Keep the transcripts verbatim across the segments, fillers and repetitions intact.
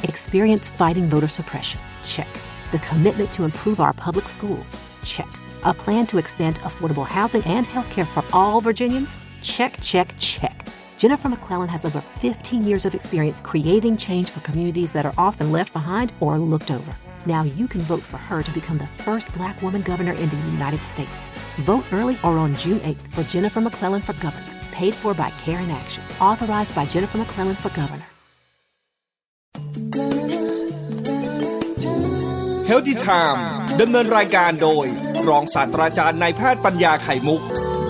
Experience fighting voter suppression? Check. The commitment to improve our public schools? Check. A plan to expand affordable housing and health care for all Virginians? Check, check, check. Jennifer McClellan has over fifteen years of experience creating change for communities that are often left behind or looked over. Now you can vote for her to become the first Black woman governor in the United States. Vote early or on June eighth for Jennifer McClellan for governor. Paid for by Care in Action. Authorized by Jennifer McClellan for governor. Healthy Time ดำเนินรายการโดยรองศาสตราจารย์นายแพทย์ปัญญาไข่มุก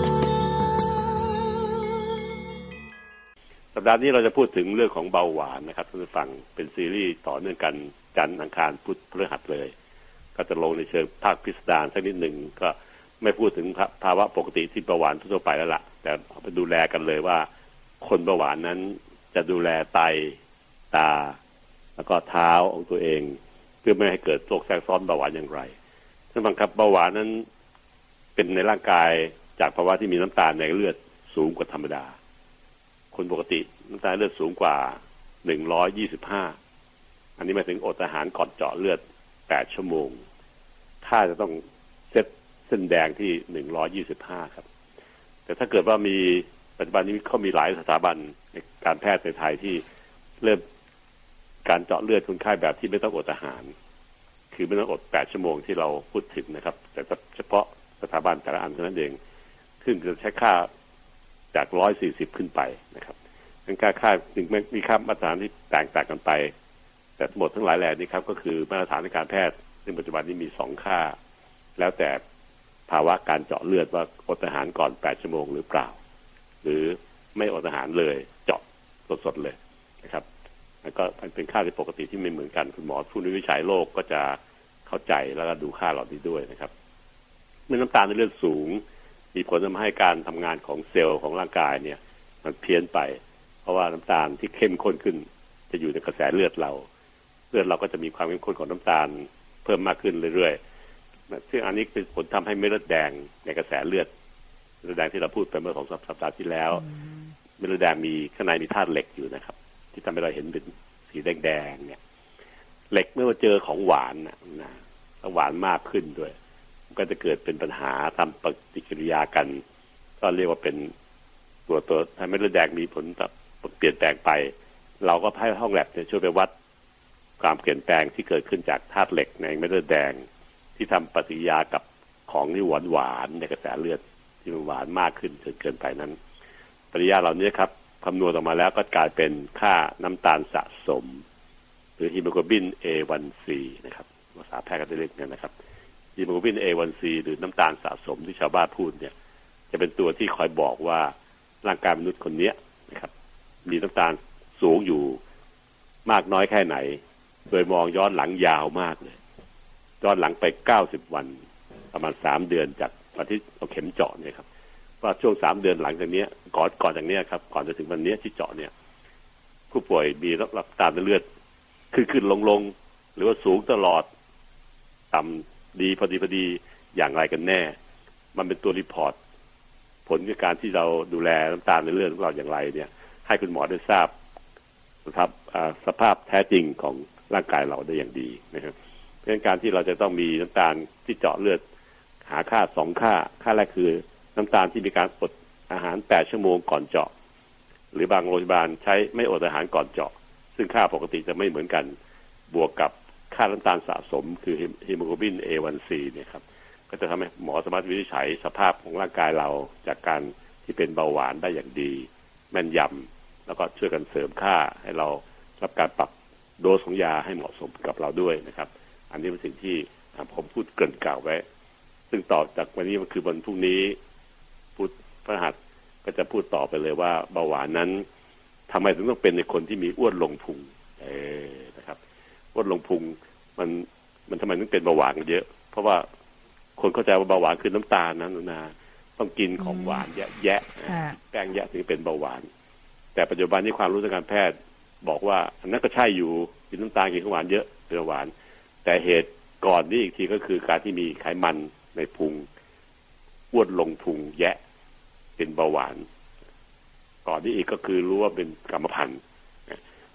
สัปดาห์นี้เราจะพูดถึงเรื่องของเบาหวานนะครับท่านผู้ฟังเป็นซีรีส์ต่อเนื่องกันจันทร์อังคารพุธพฤหัสเลยก็จะลงในเชิงภาคพิสดารสักนิดหนึ่งก็ไม่พูดถึงภาวะปกติที่เบาหวานทั่วไปแล้วล่ะแต่ไปดูแลกันเลยว่าคนเบาหวานนั้นจะดูแลไตตาแล้วก็เท้าของตัวเองเพื่อไม่ให้เกิดโรคแทรกซ้อนเบาหวานอย่างไรท่านผู้ฟังครับเบาหวานนั้นเป็นในร่างกายจากภาวะที่มีน้ำตาลในเลือดสูงกว่าธรรมดาคนปกติน้ำตาลเลือดสูงกว่าหนึ่งร้อยยี่สิบห้าอันนี้หมายถึงอดอาหารก่อนเจาะเลือดแปดชั่วโมงค่าจะต้องเซตเส้นแดงที่หนึ่งร้อยยี่สิบห้าครับแต่ถ้าเกิดว่ามีปัจจุบันนี้เขามีหลายสถาบันในการแพทย์ในไทยที่เริ่มการเจาะเลือดคนไข้แบบที่ไม่ต้องอดอาหารคือไม่ต้องอดแปดชั่วโมงที่เราพูดถึงนะครับแต่เฉพาะสถาบันแต่ละอันเท่านั้นเองซึ่งจะใช้ค่าจากหนึ่งร้อยสี่สิบขึ้นไปนะครับทั้งค่าค่าถึงมีค่ามาตรฐานที่แตกต่างกันไปแต่ทั้งหมดทั้งหลายแหล่นี้ครับก็คือมาตรฐานในการแพทย์ซึ่งปัจจุบันนี้มีสองค่าแล้วแต่ภาวะการเจาะเลือดว่าอดอาหารก่อนแปดชั่วโมงหรือเปล่าหรือไม่อดอาหารเลยเจาะสดๆเลยนะครับแล้วก็เป็นค่าที่ปกติที่ไม่เหมือนกันคุณหมอผู้วินิจฉัยโรคก็จะเข้าใจแล้วก็ดูค่าเหล่านี้ด้วยนะครับเมื่อน้ำตาลในเลือดสูงมีผลทำให้การทำงานของเซลล์ของร่างกายเนี่ยมันเพี้ยนไปเพราะว่าน้ำตาลที่เข้มข้นขึ้นจะอยู่ในกระแสเลือดเราเลือดเราก็จะมีความเข้มข้นของน้ำตาลเพิ่มมากขึ้นเรื่อยๆซึ่งอันนี้เป็นผลทำให้เม็ดเลือดแดงในกระแสเลือดเม็ดเลือดแดงที่เราพูดไปเมื่อสองสัปดาห์ที่แล้วเม็ดเลือดแดงมีข้างในมีธาตุเหล็กอยู่นะครับที่ทำให้เราเห็นเป็นสีแดงๆเนี่ยเหล็กเมื่อมาเจอของหวานนะนะหวานมากขึ้นด้วยก็จะเกิดเป็นปัญหาทำปฏิกิริยากันก็เรียกว่าเป็นตัวตัวทำให้เลือดแดงมีผลเปลี่ยนแปลงไปเราก็ให้ห้องแลบเนี่ยช่วยไปวัดความเปลี่ยนแปลงที่เกิดขึ้นจากธาตุเหล็กในเม็ดเลือดแดงที่ทำปฏิกิริยากับของที่หวานหวานในกระแสเลือดที่มันหวานมากขึ้นจนเกินไปนั้นปฏิกิริยาเหล่านี้ครับคำนวณออกมาแล้วก็กลายเป็นค่าน้ำตาลสะสมหรือฮีโมโกลบิน เอ วัน ซี นะครับภาษาแพทย์ก็จะเรียกกันนะครับฮีโมโกลบิน เอ วัน ซี หรือน้ำตาลสะสมที่ชาวบ้านพูดเนี่ยจะเป็นตัวที่คอยบอกว่าร่างกายมนุษย์คนนี้นะครับมีน้ำตาลสูงอยู่มากน้อยแค่ไหนโดยมองย้อนหลังยาวมากเลยย้อนหลังไปเก้าสิบวันประมาณสามเดือนจากวันที่เอาเข็มเจาะเนี่ยครับว่าช่วงสามเดือนหลังจากนี้ก่อนก่อนจากนี้ครับก่อนจะถึงวันนี้ที่เจาะเนี่ยผู้ป่วยมีน้ำตาลในเลือดขึ้นขึ้นลงลงหรือว่าสูงตลอดต่ำดีพอดีพอดีอย่างไรกันแน่มันเป็นตัวรีพอร์ตผลจากการที่เราดูแลน้ำตาลในเลือดของเราอย่างไรเนี่ยให้คุณหมอได้ทราบสภาพสภาพแท้จริงของร่างกายเราได้อย่างดีนะครับเพราะฉะนั้นการที่เราจะต้องมีน้ำตาลที่เจาะเลือดหาค่าสองค่าค่าแรกคือน้ำตาลที่มีการอดอาหารแปดชั่วโมงก่อนเจาะหรือบางโรงพยาบาลใช้ไม่อดอาหารก่อนเจาะซึ่งค่าปกติจะไม่เหมือนกันบวกกับค่าน้ำตาลสะสมคือฮีโมโกลบิน เอ วัน ซี เนี่ยครับก็จะทำให้หมอสามารถวินิจฉัยสภาพของร่างกายเราจากการที่เป็นเบาหวานได้อย่างดีแม่นยำแล้วก็ช่วยกันเสริมค่าให้เรารับการปรับโดสของยาให้เหมาะสมกับเราด้วยนะครับอันนี้เป็นสิ่งที่ผมพูดเกริ่นกล่าวไว้ซึ่งต่อจากวันนี้มันคือวันพรุ่งนี้พุธพฤหัสก็จะพูดต่อไปเลยว่าเบาหวานนั้นทำไมถึงต้องเป็นในคนที่มีอ้วนลงพุงเออนะครับอ้วนลงพุงมันมันทำไมถึงเป็นเบาหวานเยอะเพราะว่าคนเข้าใจว่าเบาหวานคือน้ำตาลนั้นนะต้องกินของหวานแยะๆแป้งแยะถึงเป็นเบาหวานแต่ปัจจุบันนี้ความรู้ทางการแพทย์บอกว่าอันนั้นก็ใช่อยู่กินน้ำตาลกินของหวานเยอะเป็นเบาหวานแต่เหตุก่อนนี้อีกทีก็คือการที่มีไขมันในพุงอ้วนลงพุงแยะเป็นเบาหวานก่อนนี้อีกก็คือรู้ว่าเป็นกรรมพันธุ์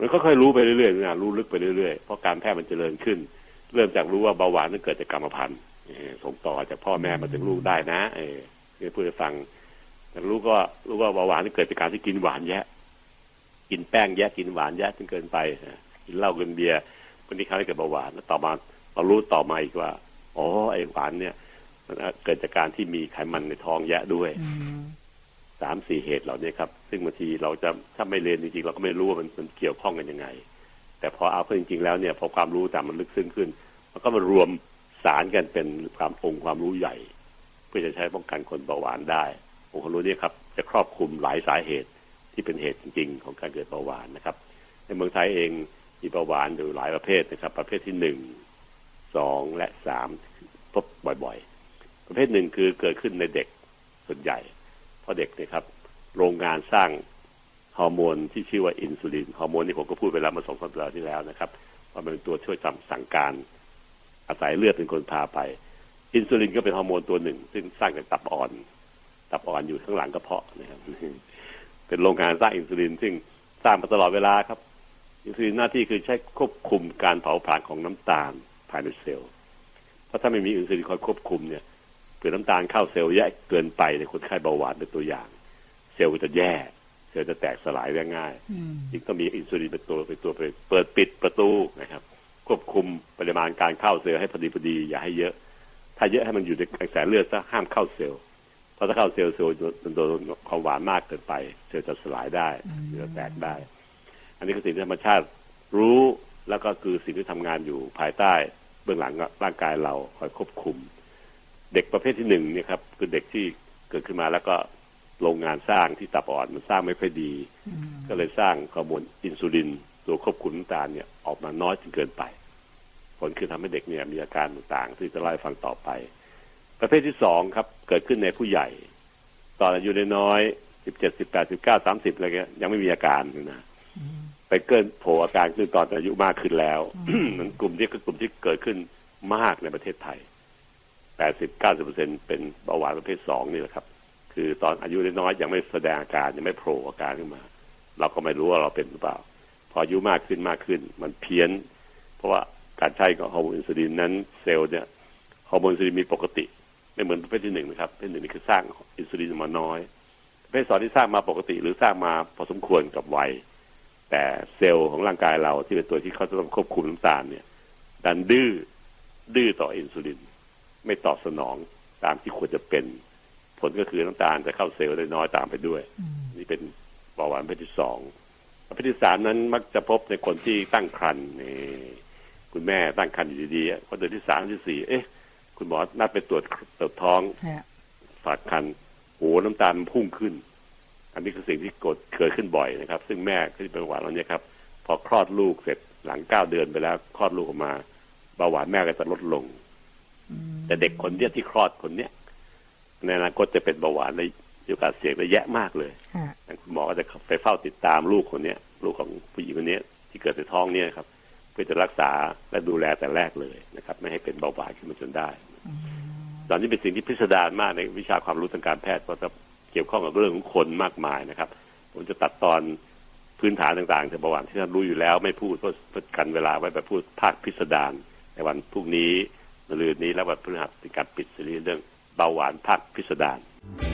มันค่อยๆรู้ไปเรื่อยๆนะรู้ลึกไปเรื่อยๆเพราะการแพทย์มันเจริญขึ้นเริ่มจากรู้ว่าเบาหวานนั้นเกิดจากกรรมพันธุ์ส่งต่อจากพ่อแม่มาถึงลูกได้นะเออเพื่อฟังแต่รู้ก็รู้ว่าเบาหวานนี่เกิดจากการที่กินหวานแยะกินแป้งแยะกินหวานแยะจนเกินไปกินเหล้ากินเบียร์คนที่เขาให้เกิดเบาหวานแล้วต่อมาเรารู้ต่อมาอีกว่าอ๋อไอ้หวานเนี่ยมันเกิดจากการที่มีไขมันในท้องแยะด้วยสามสี่เหตุเหล่านี้ครับซึ่งบางทีเราจะถ้าไม่เรียนจริงๆเราก็ไม่รู้ว่ามันมันเกี่ยวข้องกันยังไงแต่พอเอาเข้าจริงๆแล้วเนี่ยพอความรู้แต่มันลึกซึ้งขึ้นมันก็มารวมสารกันเป็นความองค์ความรู้ใหญ่เพื่อจะใช้ป้องกันคนเบาหวานได้องค์ความรู้นี้ครับจะครอบคลุมหลายสาเหตุที่เป็นเหตุจริงๆของการเกิดเบาหวานนะครับในเมืองไทยเองมีเบาหวานอยู่หลายประเภทนะครับประเภทที่หนึ่งสองและสามพบบ่อยๆประเภทหนึ่งคือเกิดขึ้นในเด็กส่วนใหญ่เพราะเด็กเนี่ยครับโรงงานสร้างฮอร์โมนที่ชื่อว่าอินซูลินฮอร์โมนนี่ผมก็พูดไปแล้วมาสองสัปดาห์ที่แล้วนะครับว่ามันเป็นตัวช่วยสั่งการอาศัยเลือดเป็นคนพาไปอินซูลินก็เป็นฮอร์โมนตัวหนึ่งซึ่งสร้างจากตับอ่อนตับอ่อนอยู่ข้างหลังกระเพาะนะครับเป็นโรงงานสร้างอินซูลินซึ่งสร้างมาตลอดเวลาครับอินซูลินหน้าที่คือใช้ควบคุมการเผาผลาญของน้ำตาลภายในเซลล์เพราะถ้าไม่มีอินซูลินคอยควบคุมเนี่ยเกิดน้ำตาลเข้าเซลล์เยอะเกินไปในคนไข้เบาหวานเป็นตัวอย่างเซลล์จะแย่เซลล์จะแตกสลายได้ง่ายจึงต้องมีอินซูลินเป็นตัวเป็นตัวไปเปิดปิดประตูนะครับควบคุมปริมาณการเข้าเซลล์ให้พอดีพอดีอย่าให้เยอะถ้าเยอะให้มันอยู่ในกระแสเลือดซะห้ามเข้าเซลล์เพราะถ้าเข้าเซลล์เซลล์โดนความหวานมากเกินไปเซลล์จะสลายได้เซลล์แตกได้อันนี้คือสิ่งที่ธรรมชาติรู้แล้วก็คือสิ่งที่ทำงานอยู่ภายใต้เบื้องหลังร่างกายเราคอยควบคุมเด็กประเภทที่หนึ่งเนี่ยครับคือเด็กที่เกิดขึ้นมาแล้วก็โรงงานสร้างที่ตับอ่อนมันสร้างไม่ค่อยดีก็เลยสร้างฮอร์โมนอินซูลินตัวควบคุมน้ำตาลเนี่ยออกมาน้อยจนเกินไปผลคือทำให้เด็กเนี่ยมีอาการต่างๆที่จะเล่าให้ฟังต่อไปประเภทที่สองครับเกิดขึ้นในผู้ใหญ่ตอนอายุน้อยสิบเจ็ดสิบแปดสิบเก้าสามสิบอะไรเงี้ยยังไม่มีอาการนะไปเกินโผล่อาการขึ้นตอนอายุมากขึ้นแล้วนั้นกลุ่มที่คือกลุ่มที่เกิดขึ้นมากในประเทศไทยแปดสิบเก้าสิบเปอร์เซ็นต์เป็นเบาหวานประเภทสองนี่แหละครับคือตอนอายุน้อยยังไม่แสดงอาการยังไม่โผล่อาการขึ้นมาเราก็ไม่รู้ว่าเราเป็นหรือเปล่าพออายุมากขึ้นมากขึ้นมันเพี้ยนเพราะว่าการใช้ของฮอร์โมนอินซูลินนั้นเซลล์เนี่ยฮอร์โมนอินซูลินมีปกติไม่เหมือนประเภทที่หนึ่งนะครับประเภทหนึ่งนี่คือสร้างอินซูลินมาน้อยประเภทสองที่สร้างมาปกติหรือสร้างมาพอสมควรกับวัยแต่เซลล์ของร่างกายเราที่เป็นตัวที่เขาจะต้องควบคุมน้ำตาลเนี่ยดันดื้อดื้อต่ออินซูลินไม่ตอบสนองตามที่ควรจะเป็นผลก็คือน้ำตาลจะเข้าเซลล์ได้น้อยตามไปด้วยนี่เป็นเบาหวานประเภทที่สองประเภทที่สามนั้นมักจะพบในคนที่ตั้งครรภ์นี่คุณแม่ตั้งครรภ์อยู่ดีๆพอเดือนที่สามที่สี่เอ๊ะคุณหมอนัดไปตรวจตรวจท้องฝากครรภ์โหน้ำตาลพุ่งขึ้นอันนี้คือสิ่งที่เกิดขึ้นบ่อยนะครับซึ่งแม่ที่เป็นเบาหวานเราเนี่ยครับพอคลอดลูกเสร็จหลังเก้าเดือนไปแล้วคลอดลูกออกมาเบาหวานแม่ก็จะลดลงแต่เด็กคนเนี้ยที่คลอดคนเนี้ยในอนาคตจะเป็นเบาหวานในโอกาสเสี่ยงระยะมากเลยคุณหมอก็จะไปเฝ้าติดตามลูกคนเนี้ยลูกของผู้หญิงคนนี้ที่เกิดในท้องเนี่ยครับเพื่อจะรักษาและดูแลแต่แรกเลยนะครับไม่ให้เป็นเบาหวานขึ้นมาจนได้ตอนนี้เป็นสิ่งที่พิสดารมากในวิชาความรู้ทางการแพทย์เพราะจะเกี่ยวข้องกับเรื่องของคนมากมายนะครับผมจะตัดตอนพื้นฐานต่างๆแต่เบาหวานที่ท่านรู้อยู่แล้วไม่พูดเพื่อกันเวลาไว้แบบพูดภาคพิสดารในวันพรุ่งนี้มะรืนนี้และวันพฤหัสเป็นการปิดซีรีส์เรื่องเบาหวานภาคพิสดาร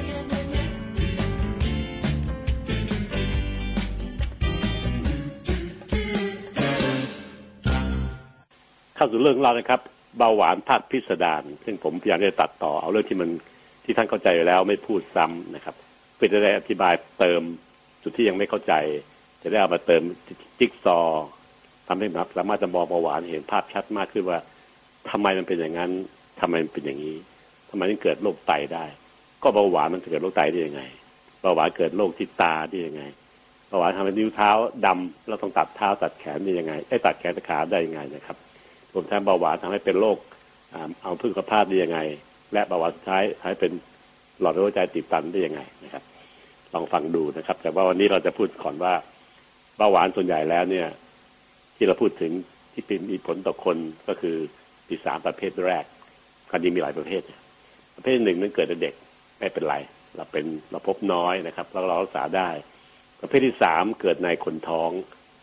เข้าสู่เรื่องเรานะครับเบาหวานภาคพิสดารซึ่งผมพยายามจะตัดต่อเอาเรื่องที่มันที่ท่านเข้าใจอยู่แล้วไม่พูดซ้ำนะครับเพื่อจะได้อธิบายเติมจุดที่ยังไม่เข้าใจจะได้เอามาเติมจิ๊กซอว์ทำให้นับสามารถจะมองเบาหวานเห็นภาพชัดมากขึ้นว่าทำไมมันเป็นอย่างนั้นทำไมมันเป็นอย่างนี้ทำไมถึงเกิดโรคไตได้ก็เบาหวานมันเกิดโรคไตได้ยังไงเบาหวานเกิดโรคที่ตาได้ยังไงเบาหวานทำให้นิ้วเท้าดำแล้วต้องตัดเท้าตัดแขนได้ยังไงไอ้ตัดแขนตัดขาได้ยังไงนะครับรวมทั้งเบาหวานทำให้เป็นโรคเอาพึ่งกระพาดได้ยังไงและเบาหวานสุดท้ายทำให้เป็นหลอดหัวใจตีบตันได้ยังไงนะครับลองฟังดูนะครับแต่ว่าวันนี้เราจะพูดก่อนว่าเบาหวานส่วนใหญ่แล้วเนี่ยที่เราพูดถึงที่มีผลต่อคนก็คือมีสามประเภทแรกความจริงมีหลายประเภทประเภทหนึ่งนั้นเกิดในเด็กไม่เป็นไรเราเป็นเราพบน้อยนะครับแล้วเรารักษาได้ประเภทที่สามเกิดในคนท้อง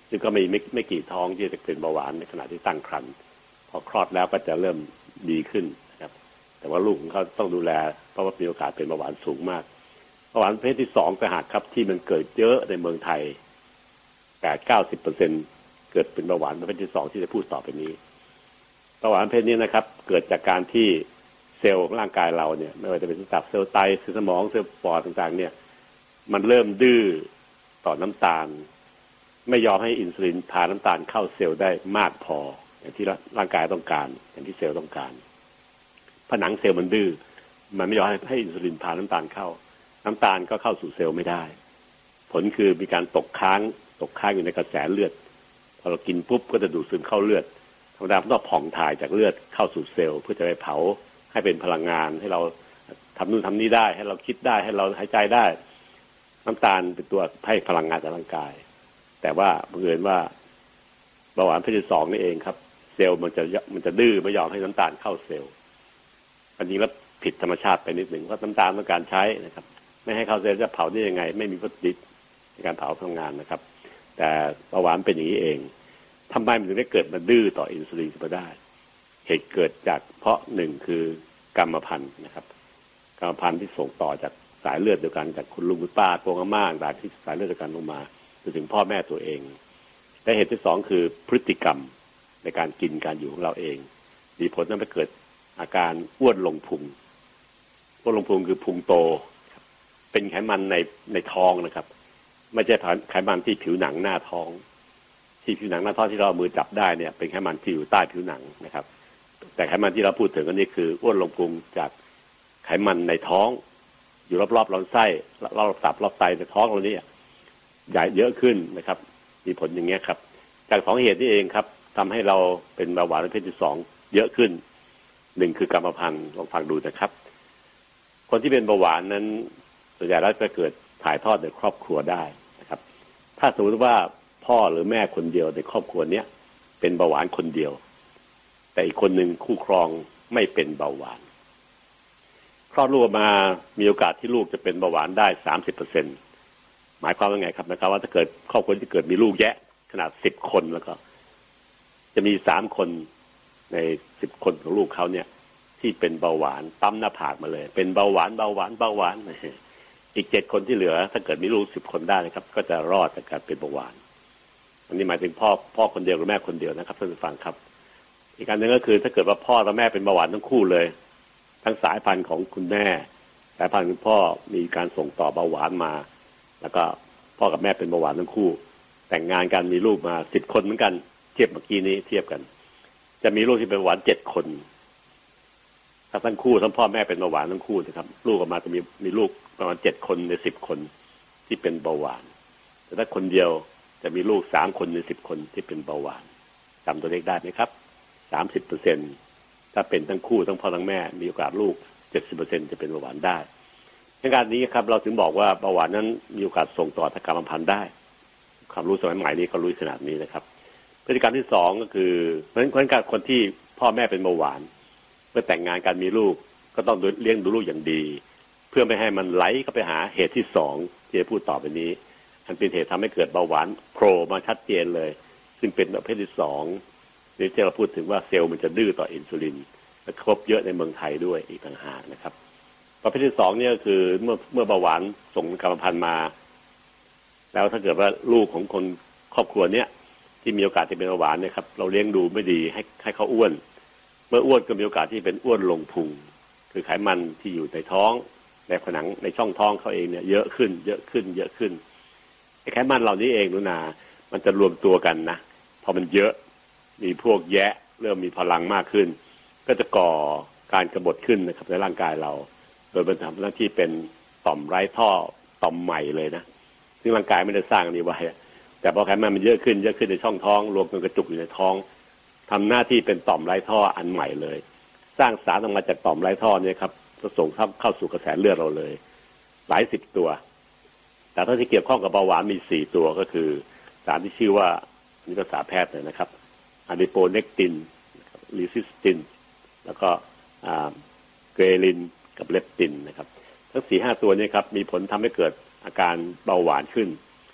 ซึ่งก็ไม่ไม่ไม่กี่ท้องที่จะเป็นเบาหวานในขณะที่ตั้งครรภ์พอคลอดแล้วก็จะเริ่มดีขึ้นนะครับแต่ว่าลูกของเขาต้องดูแลเพราะว่ามีโอกาสเป็นเบาหวานสูงมากเบาหวานประเภทที่สองก็หากครับที่มันเกิดเยอะในเมืองไทยแปดเก้าสิบเปอร์เซ็นต์เกิดเป็นเบาหวานประเภทที่สองที่จะพูดต่อไปนี้เบาหวานประเภทนี้นะครับเกิดจากการที่เซลล์ของร่างกายเราเนี่ยไม่ว่าจะเป็นตับเซลล์ไตเซลล์สมองเซลล์ปอดต่างๆเนี่ยมันเริ่มดื้อต่อน้ำตาลไม่ยอมให้อินซูลินพาน้ำตาลเข้าเซลล์ได้มากพออย่างที่ร่างกายต้องการอย่างที่เซลล์ต้องการผนังเซลล์มันดื้อมันไม่ยอมให้ให้อินซูลินพาน้ำตาลเข้าน้ำตาลก็เข้าสู่เซลล์ไม่ได้ผลคือมีการตกค้างตกค้างอยู่ในกระแสเลือดพอเรากินปุ๊บก็จะดูดซึมเข้าเลือดธรรมดามันต้องผ่องถ่ายจากเลือดเข้าสู่เซลล์เพื่อจะไปเผาให้เป็นพลังงานให้เราทำนู่นทำนี่ได้ให้เราคิดได้ให้เราหายใจได้น้ำตาลเป็นตัวให้พลังงานจากร่างกายแต่ว่าบังเอิญว่าเบาหวานประเภทที่สองนี่เองครับเซลล์มันจะมันจะดื้อไม่ยอมให้น้ำตาลเข้าเซลล์อันนี้แล้วผิดธรรมชาติไปนิดหนึ่งเพราะน้ำตาลต้องการใช้นะครับไม่ให้เข้าเซลล์จะเผาได้ยังไงไม่มีวัตถุดิบในการเผาพลังงานนะครับแต่เบาหวานเป็นอย่างนี้เองทำไมมันถึงได้เกิดมาดื้อต่ออินซูลินมาได้เหตุเกิดจากเพราะหนึ่งคือกรรมพันธุ์นะครับกรรมพันธุ์ที่ส่งต่อจากสายเลือดเดียวกันจากคุณลุงคุณป้าโกงอาม่าต่างที่สายเลือดเดียวกันลงมาจนถึงพ่อแม่ตัวเองและเหตุที่สองคือพฤติกรรมในการกินการอยู่ของเราเองมีผลทำให้เกิดอาการอ้วนลงพุงอ้วนลงพุงคือพุงโตเป็นไขมันในในท้องนะครับไม่ใช่ไขมันที่ผิวหนังหน้าท้องที่ผิวหนังหน้าท้องที่เราเอามือจับได้เนี่ยเป็นไขมันที่อยู่ใต้ผิวหนังนะครับแต่ไขมันที่เราพูดถึงกันนี่คืออ้วนลงพุงจากไขมันในท้องอยู่รอบๆลำไส้รอบตับรอบไตในท้องเราเนี่ยใหญ่เยอะขึ้นนะครับมีผลอย่างเงี้ยครับจากสองเหตุนี้เองครับทำให้เราเป็นเบาหวานประเภทที่สองเยอะขึ้นหนึ่งคือกรรมพันธุ์ลองฟังดูนะครับคนที่เป็นเบาหวานนั้นส่วนใหญ่แล้วจะเกิดถ่ายทอดในครอบครัวได้นะครับถ้าสมมติว่าพ่อหรือแม่คนเดียวในครอบครัวเนี้ยเป็นเบาหวานคนเดียวแต่อีกคนหนึ่งคู่ครองไม่เป็นเบาหวานคลอดลูกมามีโอกาสที่ลูกจะเป็นเบาหวานได้ สามสิบเปอร์เซ็นต์ หมายความว่าไงครับนะครับว่าถ้าเกิดครอบครัวที่เกิดมีลูกแยะขนาดสิบคนแล้วก็จะมีสามคนในสิบคนของลูกเขาเนี่ยที่เป็นเบาหวานปั๊มหน้าผากมาเลยเป็นเบาหวานเบาหวานเบาหวานอีกเจ็ดคนที่เหลือถ้าเกิดมีลูกสิบคนได้นะครับก็จะรอดจากการเป็นเบาหวานอันนี้หมายถึงพ่อพ่อคนเดียวหรือแม่คนเดียวนะครับท่านผู้ฟังครับอีกการหนึ่งก็คือถ้าเกิดว่าพ่อและแม่เป็นเบาหวานทั้งคู่เลยทั้งสายพันธุ์ของคุณแม่สายพันธุ์คุณพ่อมีการส่งต่อเบาหวานมาแล้วก็พ่อกับแม่เป็นเบาหวานทั้งคู่แต่งงานกันมีลูกมาสิบคนเหมือนกันเทียบเมื่อกี้นี้เทียบกันจะมีลูกที่เป็นเบาหวานเจ็ดคนถ้าทั้งคู่ทั้งพ่อแม่เป็นเบาหวานทั้งคู่นะครับลูกออกมาจะมีมีลูกประมาณเจ็ดคนในสิบคนที่เป็นเบาหวานแต่ถ้าคนเดียวจะมีลูกสามคนในสิบคนที่เป็นเบาหวานจำตัวเลขได้ไหมครับสามสิบเปอร์เซ็นต์ถ้าเป็นทั้งคู่ทั้งพ่อทั้งแม่มีโอกาสลูก เจ็ดสิบเปอร์เซ็นต์ จะเป็นเบาหวานได้ในการนี้ครับเราถึงบอกว่าเบาหวานนั้นมีโอกาสส่งต่อทางกรรมพันธุ์ได้ความรู้สมัยใหม่นี้เขารู้ขนาดนี้นะครับพฤติกรรมที่สองก็คือเพราะฉะนั้นการคนที่พ่อแม่เป็นเบาหวานเมื่อแต่งงานกันมีลูกก็ต้องเลี้ยงดูลูกอย่างดีเพื่อไม่ให้มันไหลเข้าไปหาเหตุที่สองที่จะพูดต่อไปนี้อันเป็นเหตุทำให้เกิดเบาหวานโผล่มาชัดเจนเลยซึ่งเป็นประเภทที่สองนี่ที่เราพูดถึงว่าเซลล์มันจะดื้อต่ออินซูลินและครบเยอะในเมืองไทยด้วยอีกต่างหากนะครับประเภทที่สองเนี่ยก็คือเมื่อเมื่อเบาหวานส่งกรรมพันธุ์มาแล้วถ้าเกิดว่าลูกของคนครอบครัวเนี้ยที่มีโอกาสที่เป็นเบาหวานเนี่ยครับเราเลี้ยงดูไม่ดีให้ให้เขาอ้วนเมื่ออ้วนก็มีโอกาสที่เป็นอ้วนลงพุงคือไขมันที่อยู่ในท้องในผนังในช่องท้องเขาเองเนี่ยเยอะขึ้นเยอะขึ้นเยอะขึ้นไอ้ไขมันเหล่านี้เองนุนามันจะรวมตัวกันนะพอมันเยอะมีพวกแยะเริ่มมีพลังมากขึ้นก็จะก่อการกบฏขึ้นนะครับในร่างกายเราโดยเป็นทำหน้าที่เป็นต่อมไร้ท่อต่อมใหม่เลยนะซึ่งร่างกายไม่ได้สร้างนี้ไว้แต่พอไขมันมันเยอะขึ้นเยอะขึ้นในช่องท้องรวมกันกระจุกอยู่ในท้องทำหน้าที่เป็นต่อมไร้ท่ออันใหม่เลยสร้างสารออกมาจากต่อมไร้ท่อเนี่ยครับจะส่งเข้าเข้าสู่กระแสเลือดเราเลยหลายสิบตัวแต่ถ้าที่เกี่ยวข้องกับเบาหวานมีสี่ตัวก็คือสารที่ชื่อว่านี่ภาษาแพทย์เลยนะครับอะดิโปเนกตินลิซิสตินแล้วก็เกเรลินกับเลปตินนะครับทั้งสี่ห้าตัวนี้ครับมีผลทำให้เกิดอาการเบาหวานขึ้น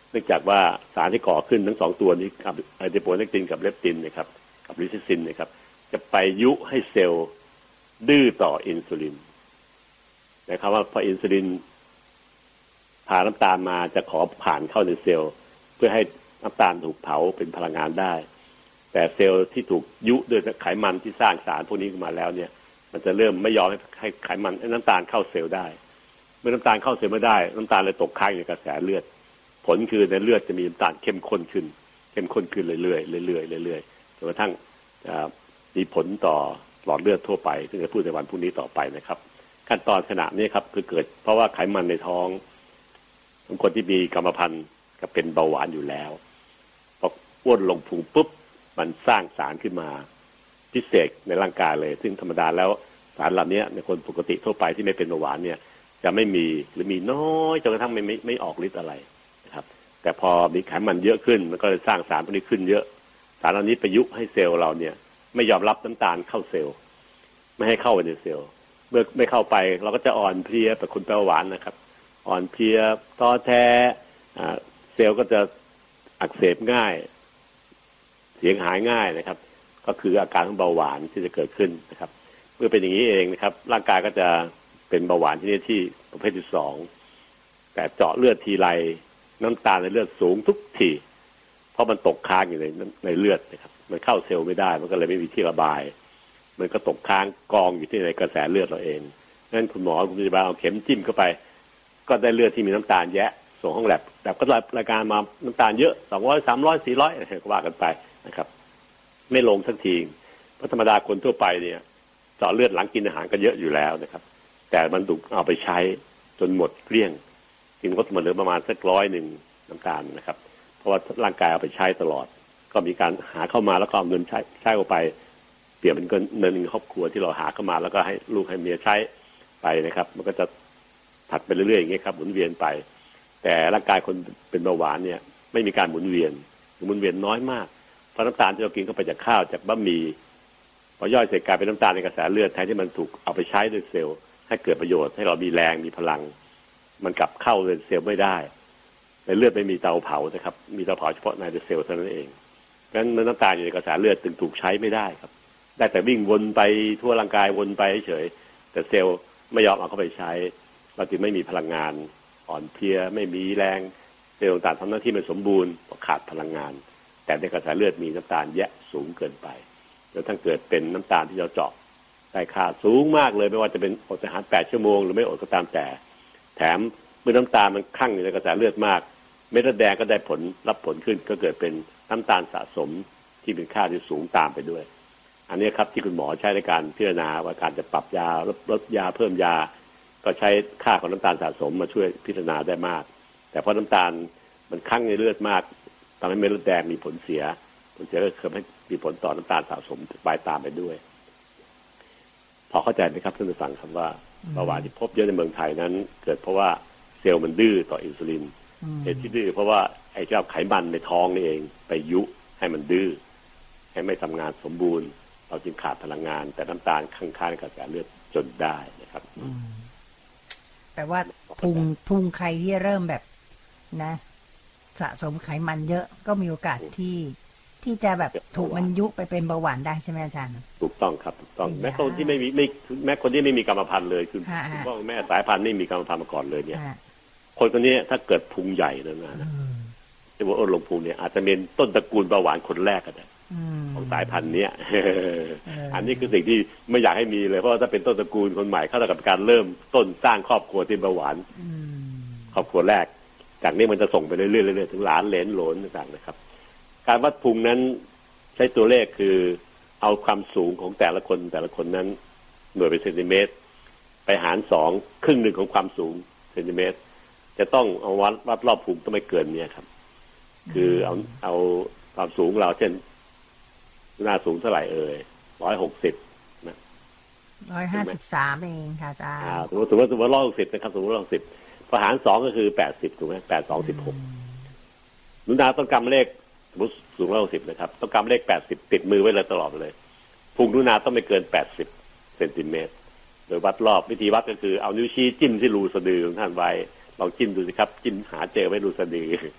เนื่องจากว่าสารที่ก่อขึ้นทั้งสองตัวนี้กับอะดิโปเนกตินกับเลปตินนะครับกับลิซิซินนะครับจะไปยุให้เซลล์ดื้อต่ออินซูลินนะครับว่าพออินซูลินพาน้ำตาลมาจะขอผ่านเข้าในเซลล์เพื่อให้น้ำตาลถูกเผาเป็นพลังงานได้แต่เซลล์ที่ถูกยุด้วยไขมันที่สร้างสารพวกนี้ขึ้นมาแล้วเนี่ยมันจะเริ่มไม่ยอมให้ไขมันน้ำตาลเข้าเซลล์ได้เมื่อน้ำตาลเข้าเซลล์ไม่ได้น้ำตาลเลยตกค้างในกระแสเลือดผลคือในเลือดจะมีน้ำตาลเข้มข้นขึ้นเข้มข้นขึ้นเรื่อยๆเรื่อยๆเรื่อยๆจนกระทั่งมีผลต่อหลอดเลือดทั่วไปซึ่งจะพูดในวันพรุ่งนี้ต่อไปนะครับขั้นตอนขณะนี้ครับคือเกิดเพราะว่าไขมันในท้องของคนที่มีกรรมพันธุ์ก็เป็นเบาหวานอยู่แล้วพออ้วนลงพุงปุ๊บมันสร้างสารขึ้นมาพิเศษในร่างกายเลยซึ่งธรรมดาแล้วสารเหล่านี้ในคนปกติทั่วไปที่ไม่เป็นเบาหวานเนี่ยจะไม่มีหรือมีน้อยจนกระทั่งไม่ไม่ไม่ออกฤทธิ์อะไรนะครับแต่พอมีไขมันเยอะขึ้นมันก็เลยสร้างสารพวกนี้ขึ้นเยอะสารเหล่านี้ประยุกต์ให้เซลล์เราเนี่ยไม่ยอมรับน้ำตาลเข้าเซลล์ไม่ให้เข้าไปในเซลล์เมื่อไม่เข้าไปเราก็จะอ่อนเพลียแบบคนเป็นเบาหวานนะครับอ่อนเพลียท้อแท้เซลล์ก็จะอักเสบง่ายเสียงหายง่ายนะครับก็คืออาการของเบาหวานที่จะเกิดขึ้นนะครับเมื่อเป็นอย่างนี้เองนะครับร่างกายก็จะเป็นเบาหวานที่นี่ที่ประเภทที่สองแต่เจาะเลือดทีไรน้ำตาลในเลือดสูงทุกทีเพราะมันตกค้างอยู่ในในเลือดนะครับมันเข้าเซลล์ไม่ได้มันก็เลยไม่มีที่ระบายมันก็ตกค้างกองอยู่ที่ในกระแสเลือดเราเองงั้นคุณหมอคุณพยาบาลเอาเข็มจิ้มเข้าไปก็ได้เลือดที่มีน้ำตาลแยะส่งห้องแลบแลบก็รายการมาน้ำตาลเยอะสองร้อยสามร้อยสี่ร้อยก็ว่ากันไปนะครับไม่ลงสักทีเพราะธรรมดาคนทั่วไปเนี่ยเจาะเลือดหลังกินอาหารก็เยอะอยู่แล้วนะครับแต่มันถูกเอาไปใช้จนหมดเกลี้ยงกินก็เหลือประมาณสักร้อยหนึ่งน้ำตาลนะครับเพราะว่าร่างกายเอาไปใช้ตลอดก็มีการหาเข้ามาแล้วก็เอาเงินใช้ใช้ออกไปเปลี่ยนเป็นเงินเงินครอบครัวที่เราหาเข้ามาแล้วก็ให้ลูกให้เมียใช้ไปนะครับมันก็จะถัดไปเรื่อยๆอย่างเงี้ยครับหมุนเวียนไปแต่ร่างกายคนเป็นเบาหวานเนี่ยไม่มีการหมุนเวียนหมุนเวียนน้อยมากเพราะน้ำตาลที่เรากินเข้าไปจากข้าวจากบะหมี่พอย่อยเสร็จกลายเป็นน้ำตาลในกระแสเลือดแทนที่มันถูกเอาไปใช้ด้วยเซลล์ให้เกิดประโยชน์ให้เรามีแรงมีพลังมันกลับเข้าในเซลล์ไม่ได้ในเลือดไม่มีเตาเผานะครับมีเตาเผาเฉพาะในเซลล์เท่านั้นเองงั้นน้ำตาลอยู่ในกระแสเลือดจึงถูกใช้ไม่ได้ครับได้แต่วิ่งวนไปทั่วร่างกายวนไปเฉยแต่เซลล์ไม่ยอมเอาเข้าไปใช้เราจึงไม่มีพลังงานอ่อนเพลียไม่มีแรงเซลล์ต่างๆทำหน้าที่ไม่สมบูรณ์ขาดพลังงานแต่ในกระแสเลือดมีน้ำตาลแยะสูงเกินไปจนทั้งเกิดเป็นน้ำตาลที่เราเจาะได้ค่าสูงมากเลยไม่ว่าจะเป็นอดอาหารแปดชั่วโมงหรือไม่อดก็ตามแต่แถมเมื่อน้ำตาลมันคั่งอยู่ในกระแสเลือดมากเม็ดเลือดแดงก็ได้ผลรับผลขึ้นก็เกิดเป็นน้ำตาลสะสมที่เป็นค่าที่สูงตามไปด้วยอันนี้ครับที่คุณหมอใช้ในการพิจารณาว่าการจะปรับยาลดลดยาเพิ่มยาก็ใช้ค่าของน้ำตาลสะสมมาช่วยพิจารณาได้มากแต่เพราะน้ำตาลมันคั่งในเลือดมากทำให้เม็ดเลือดแดงมีผลเสียผลเสียก็คือให้มีผลต่อน้ำตาลสะสมไปตามไปด้วยพอเข้าใจไหมครับท่านผู้ฟังครับว่าเบาหวานที่พบเยอะในเมืองไทยนั้นเกิดเพราะว่าเซลล์มันดื้อต่ออินซูลินเหตุที่ดื้อเพราะว่าไอ้เจ้าไขมันในท้องนี่เองไปยุให้มันดื้อให้ไม่ทำงานสมบูรณ์เราจึงขาดพลังงานแต่น้ำตาลข้างๆในกระแสเลือดจนได้นะครับแปลว่าพุงพุงใครที่เริ่มแบบนะสะสมไขมันเยอะก็มีโอกาสที่ที่จะแบบถูกมันยุไปเป็นเบาหวานได้ใช่ไหมอาจารย์ถูกต้องครับถูกต้องแม้คนที่ไม่มีไม่แม้คนที่ไม่มีกรรมพันธุ์เลยคือคุณพ่อแม่สายพันธุ์ไม่มีกรรมพันธุ์มาก่อนเลยเนี่ยคนคนนี้ถ้าเกิดพุงใหญ่แล้วนะที่ว่าอ้นลงพุงเนี่ยอาจจะเป็นต้นตระกูลเบาหวานคนแรกก็ได้ของสายพันธุ์เนี้ยอันนี้คือสิ่งที่ไม่อยากให้มีเลยเพราะถ้าเป็นต้นตระกูลคนใหม่เข้ากับการเริ่มต้นสร้างครอบครัวที่เบาหวานครอบครัวแรกจากนี้มันจะส่งไปเรื่อยๆถึงหลานเหลนโหลนต่างๆนะครับการวัดพุงนั้นใช้ตัวเลขคือเอาความสูงของแต่ละคนแต่ละคนนั้นหน่วยเป็นเซนติเมตรไปหารสองครึ่งหนึ่งของความสูงเซนติเมตรจะต้องเอาวัดวัดรอบพุงต้องไม่เกินเนี่ยครับคือเอาเอาความสูงเราเช่นหน้าสูงเท่าไหร่เอ่ยร้อยหกสิบนะร้อยห้าสิบสามเองค่ะอาจารย์สมมติสมมติสมมติร้อยหกสิบนะครับสมมติร้อยหกสิบพอหารสองก็คือแปดสิบถูกไหมแปดสองสิบหกหนูนาต้องกำเลขสมมติสูงร้อยหกสิบนะครับต้องกำเลขแปดสิบติดมือไว้เลยตลอดเลยพุงหนูนาต้องไม่เกินแปดสิบเซนติเมตรโดยวัดรอบวิธีวัดก็คือเอานิ้วชี้จิ้มที่รูสะดือของท่านไว้ลองจิ้มดูสิครับจิ้มหาเจอไว้รูสะดือ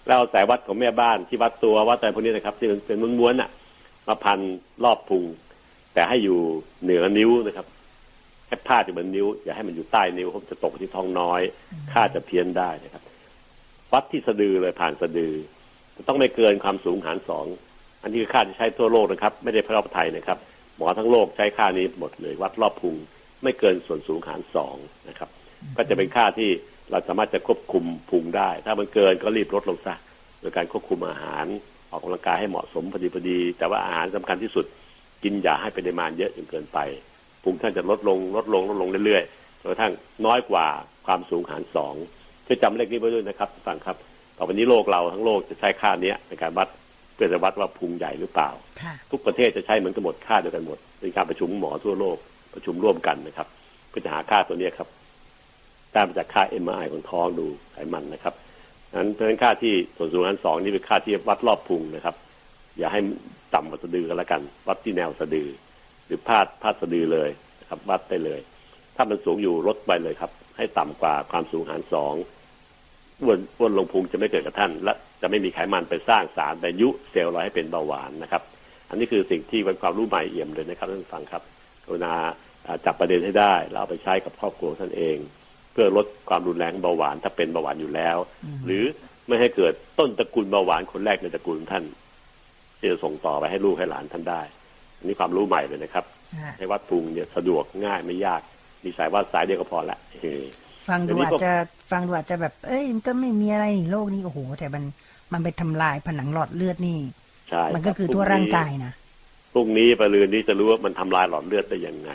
แล้วเอาสายวัดของแม่บ้านที่วัดตัววัดอะไรพวกนี้นะครับที่เป็นม้วนๆน่ะมาพันรอบพุงแต่ให้อยู่เหนือนิ้วนะครับแค่ผ้าที่เหมือนนิ้วอย่าให้มันอยู่ใต้นิ้วเพราะจะตกที่ท้องน้อยค่าจะเพี้ยนได้นะครับวัดที่สะดือเลยผ่านสะดือต้องไม่เกินความสูงหารสองอันนี้คือค่าที่ใช้ทั่วโลกนะครับไม่ได้เฉพาะไทยนะครับหมอทั้งโลกใช้ค่านี้หมดเลยวัดรอบพุงไม่เกินส่วนสูงหารสองนะครับก็จะเป็นค่าที่เราสามารถจะควบคุมพุงได้ถ้ามันเกินก็รีบลดลงซะโดยการควบคุมอาหารออกกำลังกายให้เหมาะสมพอดีพอดีแต่ว่าอาหารสำคัญที่สุดกินอย่าให้ปริมาณเยอะจนเกินไปพุงท่านจะลดลงลดลงลดลงเรื่อยๆจนกระทั่งน้อยกว่าความสูงหารสองช่วยจำเลขนี้ไว้ด้วยนะครับฟังครับต่อไปนี้โลกเราทั้งโลกจะใช้ค่านี้ในการวัดเพื่อจะวัดว่าพุงใหญ่หรือเปล่าทุกประเทศจะใช้เหมือนกันหมดค่าเดียวกันหมดเป็นการประชุมหมอทั่วโลกประชุมร่วมกันนะครับเพื่อจะหาค่าตัวนี้ครับได้มาจากค่า เอ็ม อาร์ ไอ ของท้องดูไขมันนะครับนั้นเป็นค่าที่ส่วนสูงหารสองนี่เป็นค่าที่วัดรอบพุงนะครับอย่าให้ต่ำกว่าสะดือกันละกันวัดที่แนวสะดือหรือพาดพาดสะดือเลยนะครับวัดได้เลยถ้ามันสูงอยู่ลดไปเลยครับให้ต่ำกว่าความสูงหารสองอ้วนอ้วนลงพุงจะไม่เกิดกับท่านและจะไม่มีไขมันไปสร้างสารไปยุเซลล์เราให้เป็นเบาหวานนะครับอันนี้คือสิ่งที่เป็นความรู้ใหม่เอี่ยมเลยนะครับท่านฟังครับกรุณาจับประเด็นให้ได้แล้วเอาไปใช้กับครอบครัวท่านเองเพื่อลดความรุนแรงเบาหวานถ้าเป็นเบาหวานอยู่แล้วหรือไม่ให้เกิดต้นตระกูลเบาหวานคนแรกในตระกูลท่านที่จะส่งต่อไปให้ลูกให้หลานท่านได้อันนี้ความรู้ใหม่เลยนะครับให้วัดพุงเนี่ยสะดวกง่ายไม่ยากมีสายวัดสายเดียวก็พอละฟังดูอาจจะฟังดูอาจจะแบบเอ้ยมันก็ไม่มีอะไรโรคนี้โอ้โหแต่มันมันไปทำลายผนังหลอดเลือดนี่ใช่มันก็คือทั่วร่างกายนะพรุ่งนี้ไปเรือนนี้จะรู้ว่ามันทำลายหลอดเลือดได้ยังไง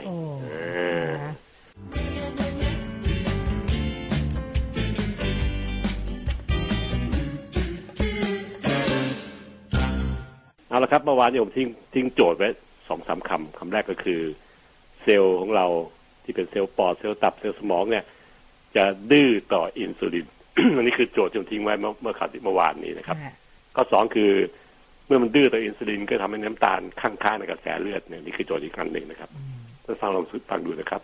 เอาละครับเมื่อวานนี้ผมทิ้งทิ้งโจทย์ไว้สองสามคำคำแรกก็คือเซลล์ของเราที่เป็นเซลล์ปอดเซลล์ตับเซลล์สมองเนี่ยจะดื้อต่ออินซูลิน อันนี้คือโจทย์ที่ผมทิ้งไว้เมื่อเมื่อข่าวที่เมื่อวานนี้นะครับข้อสองคือเมื่อมันดื้อต่ออินซูลินก็ทำให้น้ำตาลข้างๆในกระแสเลือดเนี่ยนี่คือโจทย์อีกครั้งหนึ่งนะครับท่านฟังลองฟังดูนะครับ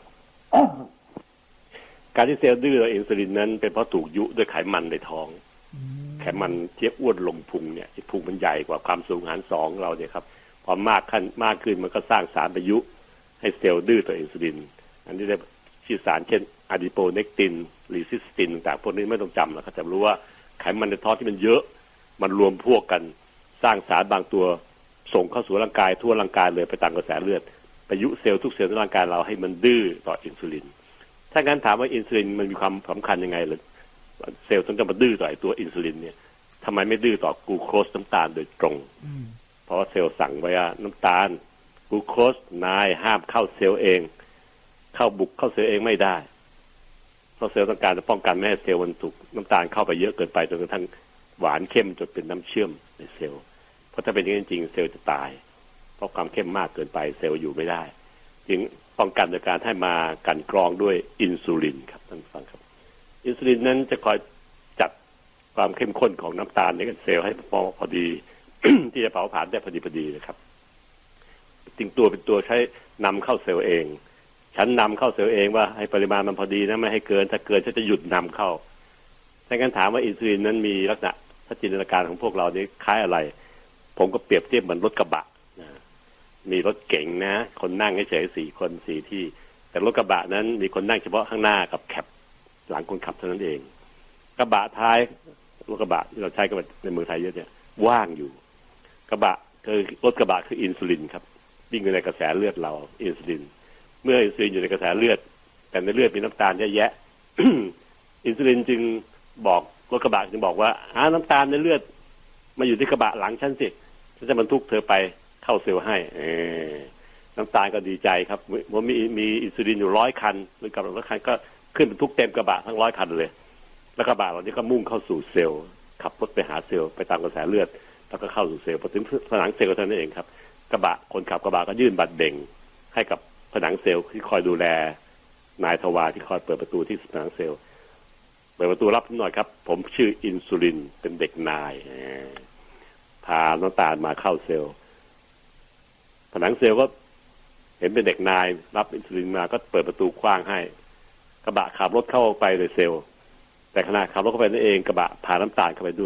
การที่เซลล์ดื้อต่ออินซูลินนั้นเป็นเพราะถูกยุด้วยไขมันในท้องไขมันเทียบอ้วนลงพุงเนี่ยพุงมันใหญ่กว่าความสูงหารสองเราเนี่ยครับพอมากขึ้นมากขึ้นมันก็สร้างสารประยุให้เซลล์ดื้อต่ออินซูลินอันนี้ได้ชื่อสารเช่นอะดิโปเนกตินรีซิสตินต่างๆพวกนี้ไม่ต้องจำหรอกครับแต่รู้ว่าไขมันในท้องที่มันเยอะมันรวมพวกกันสร้างสารบางตัวส่งเข้าสู่ร่างกายทั่วร่างกายเลยไปตามกระแสเลือดประยุเซลล์ทุกเซลล์ในร่างกายเราให้มันดื้อต่ออินซูลินถ้างั้นถามว่าอินซูลินมันมีความสำคัญยังไงหรือเซลล์ต้องจะมาดื้อต่อไอ้ตัวอินซูลินเนี่ยทำไมไม่ดื้อต่อกลูโคสน้ำตาลโดยตรงเพราะว่าเซลล์สั่งไว้ว่าน้ำตาลกลูโคสนายห้ามเข้าเซลล์เองเข้าบุกเข้าเซลล์เองไม่ได้เพราะเซลล์ต้องการจะป้องกันไม่ให้เซลล์มันถูกน้ำตาลเข้าไปเยอะเกินไปจนกระทั่งหวานเข้มจนเป็นน้ำเชื่อมในเซลล์เพราะถ้าเป็นอย่างนี้จริงเซลล์จะตายเพราะความเข้มมากเกินไปเซลล์อยู่ไม่ได้จึงป้องกันโดยการให้มากันกรองด้วยอินซูลินครับท่านฟังครับอินซูลินนั้นจะคอยจัดความเข้มข้นของน้ำตาลในเซลล์ให้พอพอดี ที่จะเผาผลาญได้พอดีพอดีนะครับจริงตัวเป็นตัวใช้นำเข้าเซลล์เองฉันนำเข้าเซลล์เองว่าให้ปริมาณมันพอดีนะไม่ให้เกินถ้าเกินฉันจะหยุดนำเข้าดังนั้นถามว่าอินซูลินนั้นมีลักษณะถ้าจินตนาการของพวกเรานี่คล้ายอะไรผมก็เปรียบเทียบเหมือนรถกระบะนะมีรถเก๋งนะคนนั่งเฉยๆสี่คนสี่ที่แต่รถกระบะนั้นมีคนนั่งเฉพาะข้างหน้ากับแคปหลังคนขับเท่านั้นเองกระบะท้ายรถกระบะที่เราใช้กันในเมืองไทยเยอะเนี่ยว่างอยู่กระบะคือรถกระบะคืออินซูลินครับวิ่งอยู่ในกระแสเลือดเราอินซูลินเมื่ออินซูลินอยู่ในกระแสเลือดแต่ในเลือดมีน้ำตาลเยอะแยะ อินซูลินจึงบอกรถกระบะจึงบอกว่าหาน้ำตาลในเลือดมาอยู่ที่กระบะหลังฉันสิฉันจะบรรทุกเธอไปเข้าเซลล์ให้เออน้ำตาลก็ดีใจครับว่ามีมีอินซูลินอยู่ร้อยคันหรือกระบะร้อยคันก็ขึ้นบรรทุกเต็มกระบะทั้งร้อยคันเลยแล้วกระบะเหล่านี้ก็มุ่งเข้าสู่เซลล์ขับรถไปหาเซลล์ไปตามกระแสเลือดแล้วก็เข้าสู่เซลล์พอถึงผนังเซลล์เท่านั้นเองครับกระบะคนขับกระบะก็ยื่นบัตรเบ่งให้กับผนังเซลล์ที่คอยดูแลนายทวารที่คอยเปิดประตูที่ผนังเซลล์เปิดประตูรับหน่อยครับผมชื่ออินซูลินเป็นเด็กนายพาน้ำตาลมาเข้าเซลล์ผนังเซลล์ก็เห็นเป็นเด็กนายรับอินซูลินมาก็เปิดประตูกว้างให้กระบะขับรถเข้าไปในเซลล์แต่ขณะขับรถเข้าไปนั่นเองกระบะพาน้ำตาลเข้าไปด้วย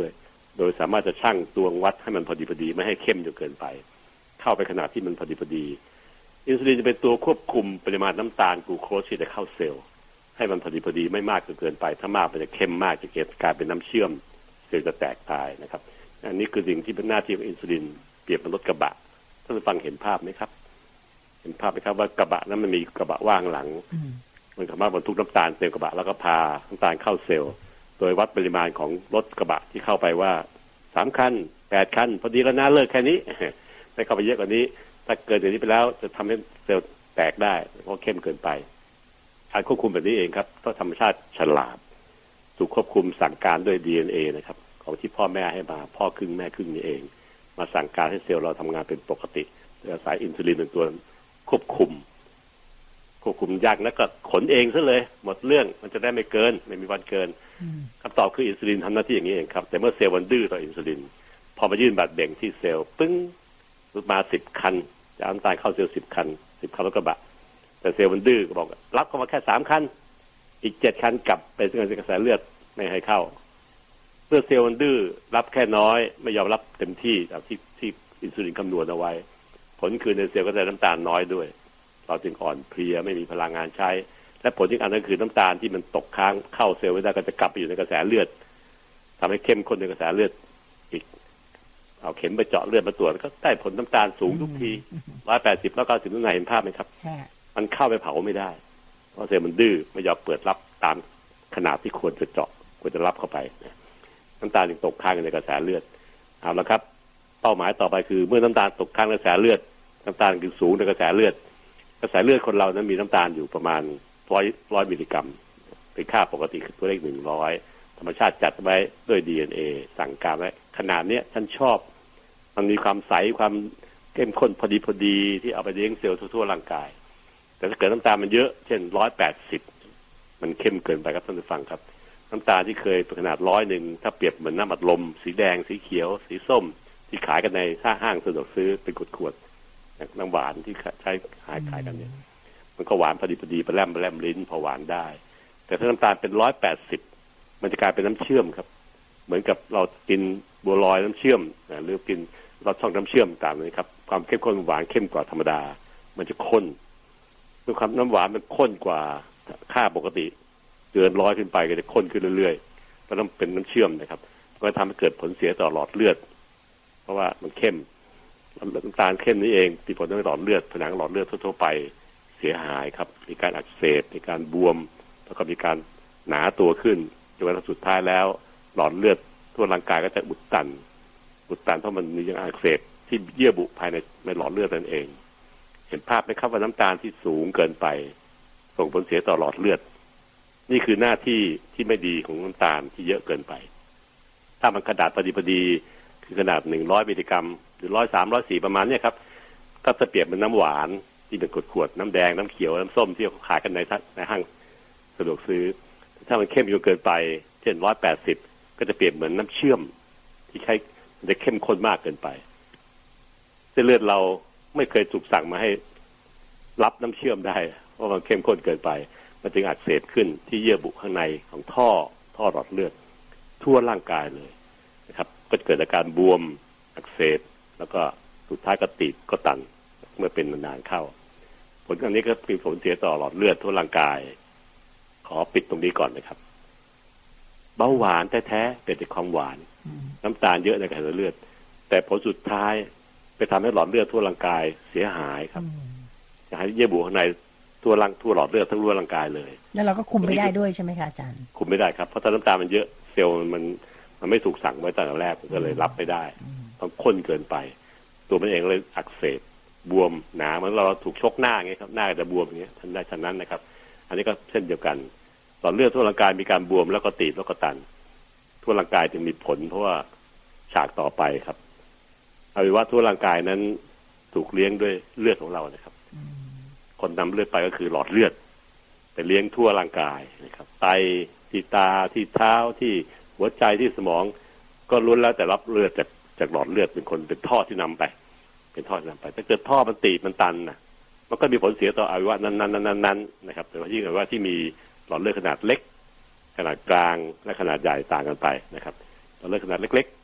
โดยสามารถจะชั่งตวงวัดให้มันพอดีพอดีไม่ให้เข้มจนเกินไปเข้าไปขนาดที่มันพอดีพอดีอินซูลินจะเป็นตัวควบคุมปริมาณน้ำตาลกลูโคสที่จะเข้าเซลล์ให้มันพอดีพอดีไม่มากจนเกินไปถ้ามากมันจะเข้มมากจะเกิดกลายเป็นน้ำเชื่อมเซลล์จะแตกตายนะครับอันนี้คือสิ่งที่เป็นหน้าที่ของอินซูลินเปรียบเหมือนรถกระบะท่านผู้ฟังเห็นภาพไหมครับเห็นภาพไหมครับว่ากระบะนั้นมันมีกระบะว่างหลังมันสามารถบรรทุกน้ำตาลเต็มกระบะแล้วก็พาน้ำตาลเข้าเซลล์โดยวัดปริมาณของรถกระบะที่เข้าไปว่าสามคันแปดคันพอดีแล้วนะเลิกแค่นี้ไม่เข้าไปเยอะกว่านี้ถ้าเกินจากนี้ไปแล้วจะทำให้เซลล์แตกได้เพราะเข้มเกินไปการควบคุมแบบนี้เองครับต้องธรรมชาติฉลาดถูกควบคุมสั่งการด้วย ดี เอ็น เอ นะครับของที่พ่อแม่ให้มาพ่อครึ่งแม่ครึ่งนี่เองมาสั่งการให้เซลล์เราทำงานเป็นปกติโดยอาศัยอินซูลินเป็นตัวควบคุมควบคุมยากนักก็ขนเองซะเลยหมดเรื่องมันจะได้ไม่เกินไม่มีวันเกินคำตอบคืออินซูลินทำหน้าที่อย่างนี้เองครับแต่เมื่อเซลล์มันดื้อต่ออินซูลินพอมายื่นบัตรเบ่งที่เซลล์ปึ้งมาสิบคันจะน้ำตาลเข้าเซลล์สิบคันสิบคันรถกระบะแต่เซลล์มันดื้อก็บอกรับเข้ามาแค่สามคันอีกเจ็ดคันกลับไปในกระแสเลือดไม่ให้เข้าเมื่อเซลล์มันดื้อรับแค่น้อยไม่ยอมรับเต็มที่ตามที่ที่อินซูลินคำนวณเอาไว้ผลคือในเซลล์ก็ได้น้ำตาลน้อยด้วยเราจึงอ่อนเพลียไม่มีพลังงานใช้และผลอีกอันนั้นคือน้ำตาลที่มันตกค้างเข้าเซลล์ไม่ได้ก็จะกลับไปอยู่ในกระแสเลือดทำให้เข้มข้นในกระแสเลือดอีกเอาเข็มไปเจาะเลือดมาตรวจก็ได้ผลน้ำตาลสูงทุกทีร้อยแปดสิบร้อยเก้าสิบนั่นไงเห็นภาพไหมครับมันเข้าไปเผาไม่ได้เพราะเซลล์มันดื้อไม่ยอมเปิดรับตามขนาดที่ควรจะเจาะควรจะรับเข้าไปน้ำตาลจึงตกค้างในกระแสเลือดเอาละครับเป้าหมายต่อไปคือเมื่อน้ำตาลตกค้างในกระแสเลือดน้ำตาลคือสูงในกระแสเลือดกระแสเลือดคนเรานั้นมีน้ำตาลอยู่ประมาณร้อยร้อยมิลลิกรัมเป็นค่าปกติคือตัวเลขหนึ่งร้อยธรรมชาติจัดไว้ด้วย ดี เอ็น เอ สั่งการไว้ขนาดนี้ฉันชอบมันมีความใสความเข้มข้นพอดีพอดีที่เอาไปเลี้ยงเซลล์ทั่วๆร่างกายแต่ถ้าเกิดน้ำตาลมันเยอะเช่นร้อยแปดสิบมันเข้มเกินไปครับท่านผู้ฟังครับน้ำตาลที่เคยเป็นขนาดร้อยหนึ่งถ้าเปรียบเหมือนน้ำอัดลมสีแดงสีเขียวสีส้มที่ขายกันในห้างสะดวกซื้อเป็นขวดๆน้ำหวานที่ใช้ขายขายกันเนี่ยมันก็หวานพอดีพอดีไปแลมไปแลมลิ้นพอหวานได้แต่ถ้าน้ำตาลเป็นร้อยแปดสิบมันจะกลายเป็นน้ำเชื่อมครับเหมือนกับเรากินบัวลอยน้ำเชื่อมหรือกินเราช่องน้ำเชื่อมต่างๆนะครับความเข้มข้นหวานเข้มกว่าธรรมดามันจะข้นด้วยความน้ำหวานมันข้นกว่าค่าปกติเกินร้อยขึ้นไปก็จะข้นขึ้นเรื่อยๆเพราะนั้นเป็นน้ำเชื่อมนะครับก็ทำให้เกิดผลเสียต่อหลอดเลือดเพราะว่ามันเข้มน้ำตาลเข้มนี้เองมีผลต่อหลอดเลือดผนังหลอดเลือดทั่วๆไปเสียหายครับมีการอักเสบมีการบวมแล้วก็มีการหนาตัวขึ้นจนวันสุดท้ายแล้วหลอดเลือดทั่วร่างกายก็จะอุดตันอุดตันเพราะมันมีอย่างอักเสบที่เยื่อบุภายในในหลอดเลือดนั่นเองเห็นภาพไหมครับว่าน้ำตาลที่สูงเกินไปส่งผลเสียต่อหลอดเลือดนี่คือหน้าที่ที่ไม่ดีของน้ำตาลที่เยอะเกินไปถ้ามันขนาดพอดีพอดีคือขนาดหนึ่งร้อยมิลลิกรัมหรือร้อยสามร้อยสี่ประมาณนี้ครับก็จะเปรียบเป็นน้ำหวานที่เป็นขวดๆน้ำแดงน้ำเขียวน้ำส้มที่เขาขายกันในในห้างสะดวกซื้อถ้ามันเข้มจนเกินไปเช่นร้อยแปดสิบก็จะเปรียบเหมือนน้ำเชื่อมที่ใช้มันจะเข้มข้นมากเกินไปเส้นเลือดเราไม่เคยถูกสั่งมาให้รับน้ำเชื่อมได้เพราะมันเข้มข้นเกินไปมันจึงอักเสบขึ้นที่เยื่อบุข้างในของท่อท่อหลอดเลือดทั่วร่างกายเลยนะครับก็เกิดอาการบวมอักเสบแล้วก็สุดท้ายก็ตีบก็ตันเมื่อเป็นนานๆเข้าผลอันนี้ก็มีผลเสียต่อหลอดเลือดทั่วร่างกายขอปิดตรงนี้ก่อนนะครับเบาหวานแท้ๆเป็นแต่ความหวานน้ำตาลเยอะในกระแสเลือดแต่ผลสุดท้ายไปทำให้หลอดเลือดทั่วร่างกายเสียหายครับจะให้เยื่อบุข้างในทั่วร่างทั่วหลอดเลือดทั้งทั่วร่างกายเลยแล้วเราก็คุมไม่ได้ด้วยใช่ไหมคะอาจารย์คุมไม่ได้ครับเพราะถ้าน้ำตาลมันเยอะเซลล์มันมันไม่ถูกสั่งไว้ตั้งแต่แรกก็เลยรับไม่ได้ต้องข้นเกินไปตัวมันเองเลยอักเสบบวมหนาเหมือนเราถูกชกหน้าไงครับหน้าจะบวมอย่างเงี้ยทันได้ทันนั้นนะครับอันนี้ก็เช่นเดียวกันหลอดเลือดทั่วร่างกายมีการบวมแล้วก็ตีบแล้วก็ตันทั่วร่างกายจึงมีผลเพราะว่าฉากต่อไปครับอวัยวะทั่วร่างกายนั้นถูกเลี้ยงด้วยเลือดของเรานะครับคนนำเลือดไปก็คือหลอดเลือดไปเลี้ยงทั่วร่างกายนะครับไตที่ตาที่เท้าที่หัวใจที่สมองก็ล้วนแล้วแต่รับเลือดจากจากหลอดเลือดเป็นคนเป็นท่อที่นำไปเป็นท่อที่นำไปถ้าเกิดท่อมันตีบมันตันนะมันก็มีผลเสียต่ออวัยวะนั้นๆๆๆนะครับแต่ว่ายิ่งอวัยวะที่มีหลอดเลือดขนาดเล็กขนาดกลางและขนาดใหญ่ต่างกันไปนะครับหลอดเลือดขนาดเล็กๆ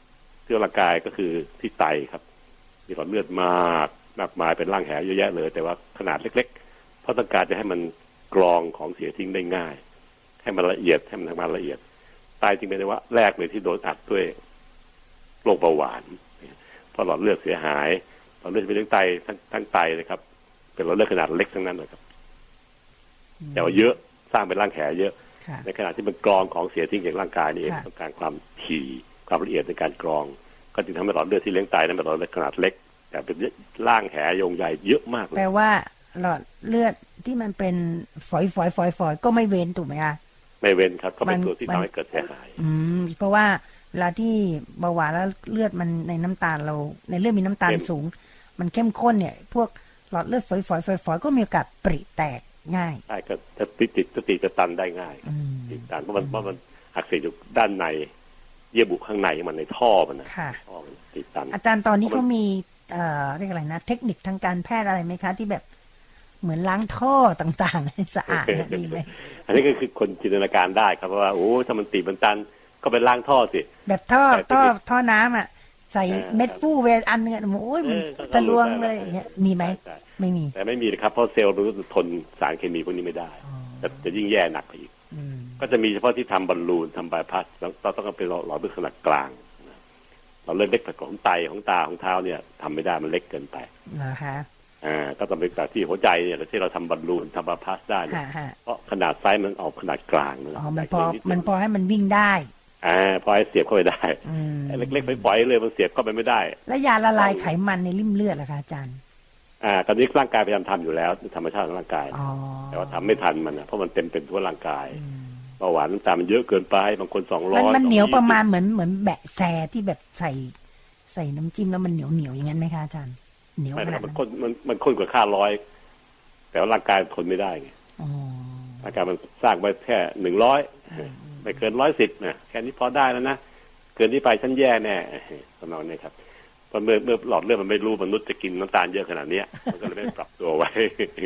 ที่ร่างกายก็คือที่ไตครับมีหลอดเลือดมากมากมายเป็นร่างแหเยอะแยะเลยแต่ว่าขนาดเล็กๆเพราะต้องการจะให้มันกรองของเสียทิ้งได้ง่ายให้มันละเอียดให้มันทำงานละเอียดไตจึงเป็นว่าแรกเลยที่โดนอัดด้วยโรคเบาหวานเพราะหลอดเลือดเสียหายหลอดเลือดไปทั้งไตทั้งทั้งไตนะครับเป็นหลอดเลือดขนาดเล็กทั้งนั้นเลยครับแต่ว่าเยอะสร้างเป็นร่างแหเยอะในขณะที่มันกรองของเสียทิ้งจากร่างกายนี่เองต้องการความถี่ความละเอียดในการกรองก็จึงทำให้หลอดเลือดที่เลี้ยงไตนั้นเป็นหลอดเลือดขนาดเล็กแต่เป็นร่างแหยงใหญ่เยอะมากเลยแปลว่าหลอดเลือดที่มันเป็นฝอยฝอยฝอยฝอยก็ไม่เว้นถูกไหมคะไม่เว้นครับก็เป็นตัวที่ทำให้เกิดเสียหายอืมเพราะว่าเวลาที่เบาหวานแล้วเลือดมันในน้ำตาลเราในเลือดมีน้ำตาลสูงมันเข้มข้นเนี่ยพวกหลอดเลือดฝอยฝอยฝอยฝอยก็มีโอกาสปริแตกง่ายใช่ก็จะติดติดจะติดจะตันได้ง่ายติดตันเพราะมันเพราะมันอักเสบอยู่ด้านในเยื่อบุข้างในมันในท่อมันนะท่อติดตันอาจารย์ตอนนี้เขามีเอ่อเรียกอะไรนะเทคนิคทางการแพทย์อะไรไหมคะที่แบบเหมือนล้างท่อต่างๆให้สะอาดดีไหมอันนี้ก็คือคนจินตนาการได้ครับเพราะว่าโอ้ถ้ามันตีมันตันก็ไปล้างท่อสิแบบท่อท่อท่อน้ำอ่ะใส่เม็ดฟูเวอันนึงโอ้ยมันทะลวงเลยอย่างเงี้ยมีไหมไม่มีแต่ไม่มีนะครับเพราะเซลล์รู้ทนสารเคมีพวกนี้ไม่ได้จะจะยิ่งแย่หนักไปอีกก็จะมีเฉพาะที่ทำบอลลูนทำบายพาสเราต้องเป็นหลอดเลือดขนาดกลางเราเลือดเล็กของไตของตาของเท้าเนี่ยทำไม่ได้มันเล็กเกินไปนะคะอ่าก็ต้องเป็นแบบที่หัวใจเนี่ยที่เราทำบอลลูนทำบายพาสได้เพราะขนาดไซส์มันออกขนาดกลางอ๋อมันพอมันพอให้มันวิ่งได้อ่าพอให้เสียบเข้าไปได้เล็กๆไปปล่อยเลยมันเสียบเข้าไปไม่ได้แล้วยาละลายไขมันในริ่มเลือดล่ะคะอาจารย์อ่าตอนนี้ร่างกายพยายามทำอยู่แล้วธรรมชาติของร่างกายแต่ว่าทำไม่ทันมันนะเพราะมันเต็มเป็นทั่วร่างกายเบาหวานน้ำตาลมันเยอะเกินไปบางคนสองร้อยมันเหนียวประมาณเหมือนเหมือนแบะแซที่แบบใส่ใส่น้ำจิ้มแล้วมันเหนียวเหนียวอย่างนั้นไหมคะอาจารย์เหนียวขนาดนั้นมันข้นมันมันข้นกว่าค่าร้อยแต่ว่าร่างกายทนไม่ได้ไงร่างกายมันสร้างไว้แค่หนึ่งร้อยไม่เกินร้อยสิบนะแค่นี้พอได้แล้วนะเกินที่ไปฉันแย่แน่ประมาณนี้ครับเพราะเมื่อเมื่อหลอดเลือดมันไม่รู้มนุษย์จะกินน้ำตาลเยอะขนาดนี้มันก็เลยไม่ปรับตัวไว้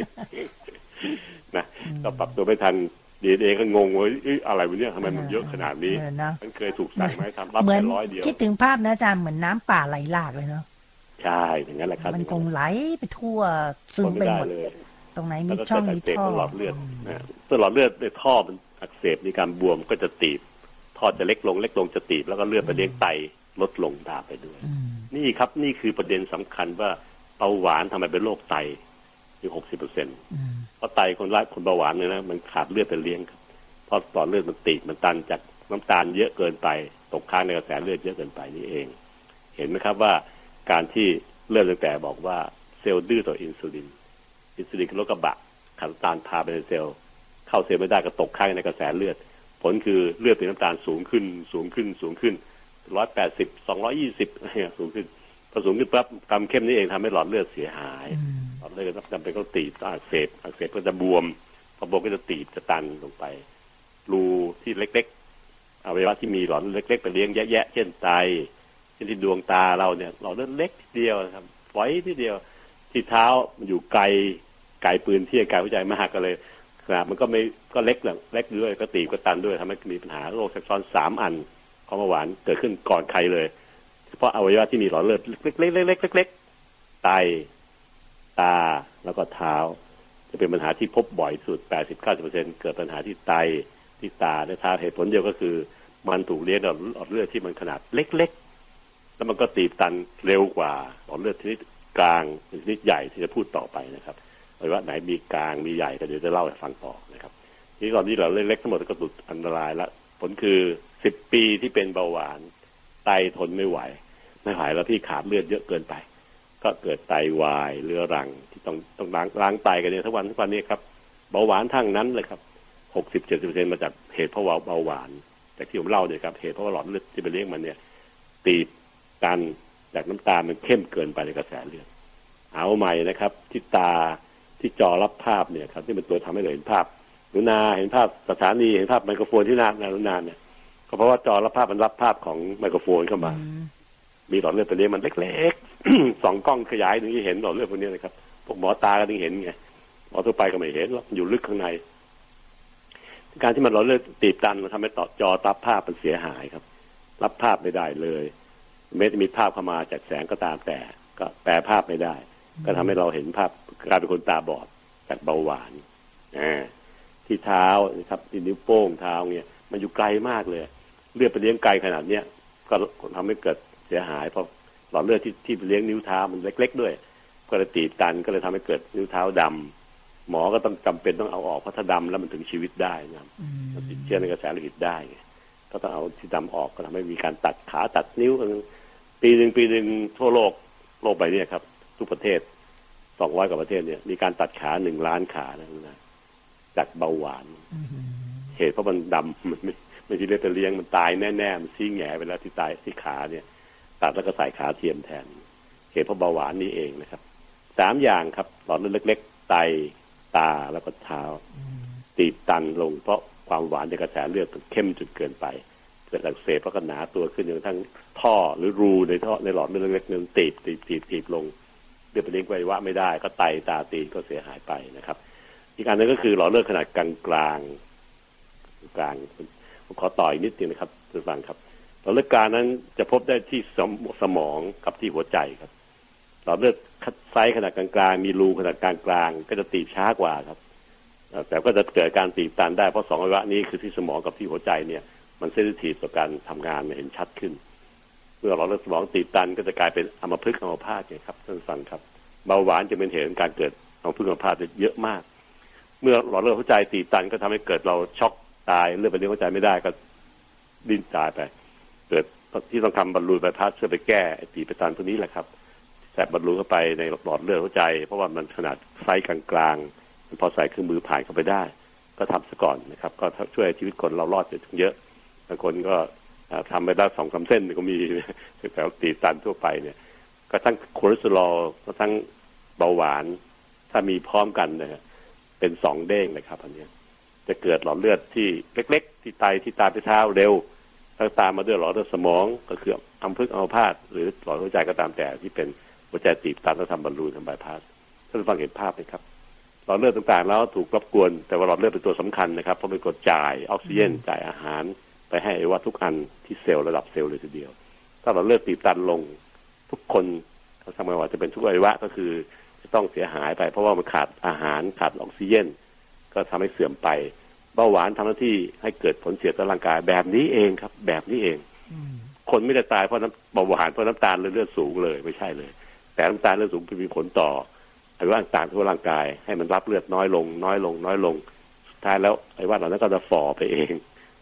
นะก็ปรับตัวไม่ทันดีเอก็งงว่าอะไรวะเนี่ยทำไมมันเยอะขนาดนี้มันเคยถูกสั่งไหมทำรับแค่ร้อยเดียวคิดถึงภาพนะอาจารย์เหมือนน้ำป่าไหลหลากเลยเนาะใช่อย่างนั้นแหละครับมันคงไหลไปทั่วซึมไปหมดตรงไหนมีช่องมีท่อหลอดเลือดนะตัวหลอดเลือดในท่อมันอักเสบมีการบวมก็จะตีบท่อจะเล็กลงเล็กลงจะตีบแล้วก็เลือดไปเลี้ยงไตลดลงตามไปด้วยนี่ครับนี่คือประเด็นสำคัญว่าเบาหวานทำไมเป็นโรคไตอยู่หกสิบเปอร์เซ็นต์เพราะไตคนรักคนเบาหวานเนี่ยนะมันขาดเลือดไปเลี้ยงครับเพราะหลอดเลือดมันตีบมันตันจากน้ำตาลเยอะเกินไปตกค้างในกระแสเลือดเยอะเกินไปนี่เองเห็นไหมครับว่าการที่เริ่มตั้งแต่บอกว่าเซลล์ดื้อต่ออินซูลินอินซูลินคือโรคกระบะขับน้ำตาลพาไปในเซลล์เข้าเซลล์ไม่ได้ก็ตกค้างในกระแสเลือดผลคือเลือดเป็นน้ำตาลสูงขึ้นสูงขึ้นสูงขึ้นร้อยแปดสิบสองร้อยยี่สิบสูงขึ้นพอสูงขึ้นปั๊บกำเข้มนี่เองทำให้หลอดเลือดเสียหายหลอดเลือดก็จำเป็นต้องตีบต้องอักเสบอักเสบก็จะบวมพอบวมก็จะตีบจะตันลงไปรูที่เล็กๆอวัยวะที่มีหลอดเล็กๆไปเลี้ยงแยะๆเช่นไตเช่นที่ดวงตาเราเนี่ยหลอดเลือดเล็กทีเดียวครับฝอยทีเดียวที่เท้ามันอยู่ไกลไกลปืนที่ไกลหัวใจมากก็เลยขนาดมันก็ไม่ก็เล็กเลยเล็กด้วยก็ตีบก็ตันด้วยทำให้มีปัญหาโรคแทรกซ้อนสามอันของเบาหวานเกิดขึ้นก่อนใครเลยเฉพาะอวัยวะที่มีหลอดเลือดเล็กๆเล็กๆเล็กๆไตตาแล้วก็เท้าจะเป็นปัญหาที่พบบ่อยสุด แปดสิบถึงเก้าสิบเปอร์เซ็นต์ เกิดปัญหาที่ไตที่ตาและเท้าเหตุผลเดียวก็คือมันถูกเลี้ยงด้วยหลอดเลือดที่มันขนาดเล็กๆแล้วมันก็ตีบตันเร็วกว่าหลอดเลือดชนิดกลางชนิดใหญ่ที่จะพูดต่อไปนะครับอวัยวะไหนมีกลางมีใหญ่ก็เดี๋ยวจะเล่าให้ฟังต่อนะครับทีนี้ตอนนี้เราเล็กๆทั้งหมดก็ตุดอันตรายแล้วผลคือสิบปีที่เป็นเบาหวานไตทนไม่ไหวไม่ไหวแล้วพี่ขาดเลือดเยอะเกินไปก็เกิดไตวายเรื้อรังที่ต้องต้องล้างล้างไตกันเนี่ยทุกวันทุกวันนี้ครับเบาหวานทั้งนั้นเลยครับหกสิบเจ็ดสิบเปอร์เซ็นต์มาจากเหตุเพราะว่าเบาหวานแต่ที่ผมเล่าเนี่ยครับเหตุเพราะว่าหลอดเลือดที่ไปเลี้ยงมันเนี่ยตีบตันจากน้ำตาลมันเข้มเกินไปในกระแสเลือดเอาใหม่นะครับที่ตาที่จอรับภาพเนี่ยครับที่เป็นตัวทำให้เราเห็นภาพหนูนาเห็นภาพสถานีเห็นภาพไมโครโฟนที่หน้าหนูนาเนี่ยก็เพราะว่าจอรับภาพมันรับภาพของไมโครโฟนเข้ามามีหลอดเลือดตัวนี้มันเล็กๆสองกล้องขยายถึงจะเห็นหลอดเลือดพวกนี้นะครับพวกหมอตาก็ถึงเห็นไงหมอทั่วไปก็ไม่เห็นหรอกอยู่ลึกข้างในการที่มันหลอดเลือดตีบตันมันทำให้ต่อจอรับภาพมันเสียหายครับรับภาพไม่ได้เลยแม้จะมีภาพเข้ามาจากแสงก็ตามแต่ก็แปลภาพไม่ได้ก็ทำให้เราเห็นภาพกลายเป็นคนตาบอดจากเบาหวานอ่าที่เท้านะครับที่นิ้วโป้งเท้าเนี่ยมันอยู่ไกลมากเลยเลือดไปเลี้ยงไกลขนาดเนี้ยก็ทำให้เกิดเสียหายเพราะหลอดเลือดที่ที่ไปเลี้ยงนิ้วเท้ามันเล็กๆด้วยก็เลยตีบตันก็เลยทำให้เกิดนิ้วเท้าดำหมอก็ต้องจำเป็นต้องเอาออกเพราะถ้าดำแล้วมันถึงชีวิตได้นะครับมันติดเชื้อในกระแสโลหิตได้ก็ต้องเอาที่ดำออกก็ทำให้มีการตัดขาตัดนิ้วปีหนึ่งปีหนึ่งทั่วโลกโลกใบนี้ครับทุกประเทศสองร้อยกว่าประเทศเนี่ยมีการตัดขาหนึ่งล้านขานะจากเบาหวานเหตุเพราะมันดำมันไม่ไม่ใช่เลือดไปเลี้ยงมันตายแน่ๆมันซีแง่ไปแล้วที่ตายที่ขาเนี่ยตัดแล้วก็ใส่ขาเทียมแทนเหตุเพราะเบาหวานนี่เองนะครับสามอย่างครับหลอดเลือดเล็กๆไตตาแล้วก็เท้าตีบตันลงเพราะความหวานในกระแสเลือดเข้มจนเกินไปเกิดอักเสบแล้วก็หนาตัวขึ้นจนกระทั่งท่อหรือรูในท่อในหลอดเลือดเล็กๆนั้นตีบตีบตีบตีบลงเลือดไปเลี้ยงไว้ว่าไม่ได้ก็ไตตาตีนก็เสียหายไปนะครับอีกอันนึงก็คือหลอดเลือดขนาดกลางกลางกลางผมขอต่ออีกนิดนึงนะครับท่านฟังครับหลอดเลือดกลางนั้นจะพบได้ที่สมองกับที่หัวใจครับหลอดเลือดไซส์ขนาดกลางๆมีรูขนาดกลางๆก็จะตีบช้ากว่าครับแต่ก็จะเกิดการตีบตันได้เพราะสองอวัยวะนี้คือที่สมองกับที่หัวใจเนี่ยมันเซนซิทีฟต่อการทำงานเห็นชัดขึ้นเมื่อหลอดเลือดสมองตีบตันก็จะกลายเป็นอัมพฤกษ์อัมพาตไงครับท่านฟังครับเบาหวานจะเป็นเหตุของการเกิดอัมพฤกษ์อัมพาตเยอะมากเมื่อหลอดเลือดหัวใจตีบตันก็ทำให้เกิดเราช็อกตายเลือดไปเลี้ยงหัวใจไม่ได้ก็ดิ้นตายไปเกิดที่ต้องทำบอลลูนใบพัดเพื่อไปแก้ตีบตันพวกนี้แหละครับใส่บอลลูนเข้าไปในหลอดเลือดหัวใจเพราะว่ามันขนาดไซส์กลางๆมันพอใส่เครื่องมือผ่านเข้าไปได้ก็ทำซะก่อนนะครับก็ช่วยชีวิตคนเรารอดเยอะถึงเยอะบางคนก็ทำไปได้สองสามเส้นก็มีแถวตีบตันทั่วไปเนี่ยก็ทั้งคอเลสเตอรอลก็ทั้งเบาหวานถ้ามีพร้อมกันนะฮะเป็นสองเด้งเลยครับอันนี้จะเกิดหลอดเลือดที่เล็กๆที่ไตที่ตาไปเท้าเร็วตามมาด้วยหลอดเลือดสมองก็คืออัมพฤกษ์อัมพาตหรือหลอดหัวใจก็ตามแต่ที่เป็นหัวใจตีบตันแล้วทำบอลลูนทำบายพาสท่านฟังเห็นภาพไหมครับหลอดเลือดต่างๆแล้วถูกรบกวนแต่ว่าหลอดเลือดเป็นตัวสำคัญนะครับเพราะเป็นกดจ่ายออกซิเจนจ่ายอาหารไปให้อวัยวะทุกอันที่เซลล์ระดับเซลล์เลยทีเดียวถ้าหลอดเลือดตีบตันลงทุกคนทำไมว่าจะเป็นทุกอวัยวะก็คือจะต้องเสียหายไปเพราะว่ามันขาดอาหารขาดออกซิเจนก็ทำให้เสื่อมไปเบาหวานทำหน้าที่ให้เกิดผลเสียต่อร่างกายแบบนี้เองครับแบบนี้เองคนไม่ได้ตายเพราะน้ำเบาหวานเพราะน้ำตาลเลือดสูงเลยไม่ใช่เลยแต่น้ำตาลเลือดสูงมีผลต่ออวัยวะต่างๆทั่วร่างกายให้มันรับเลือดน้อยลงน้อยลงน้อยลงสุดท้ายแล้วอวัยวะเหล่านั้นก็จะฝ่อไปเอง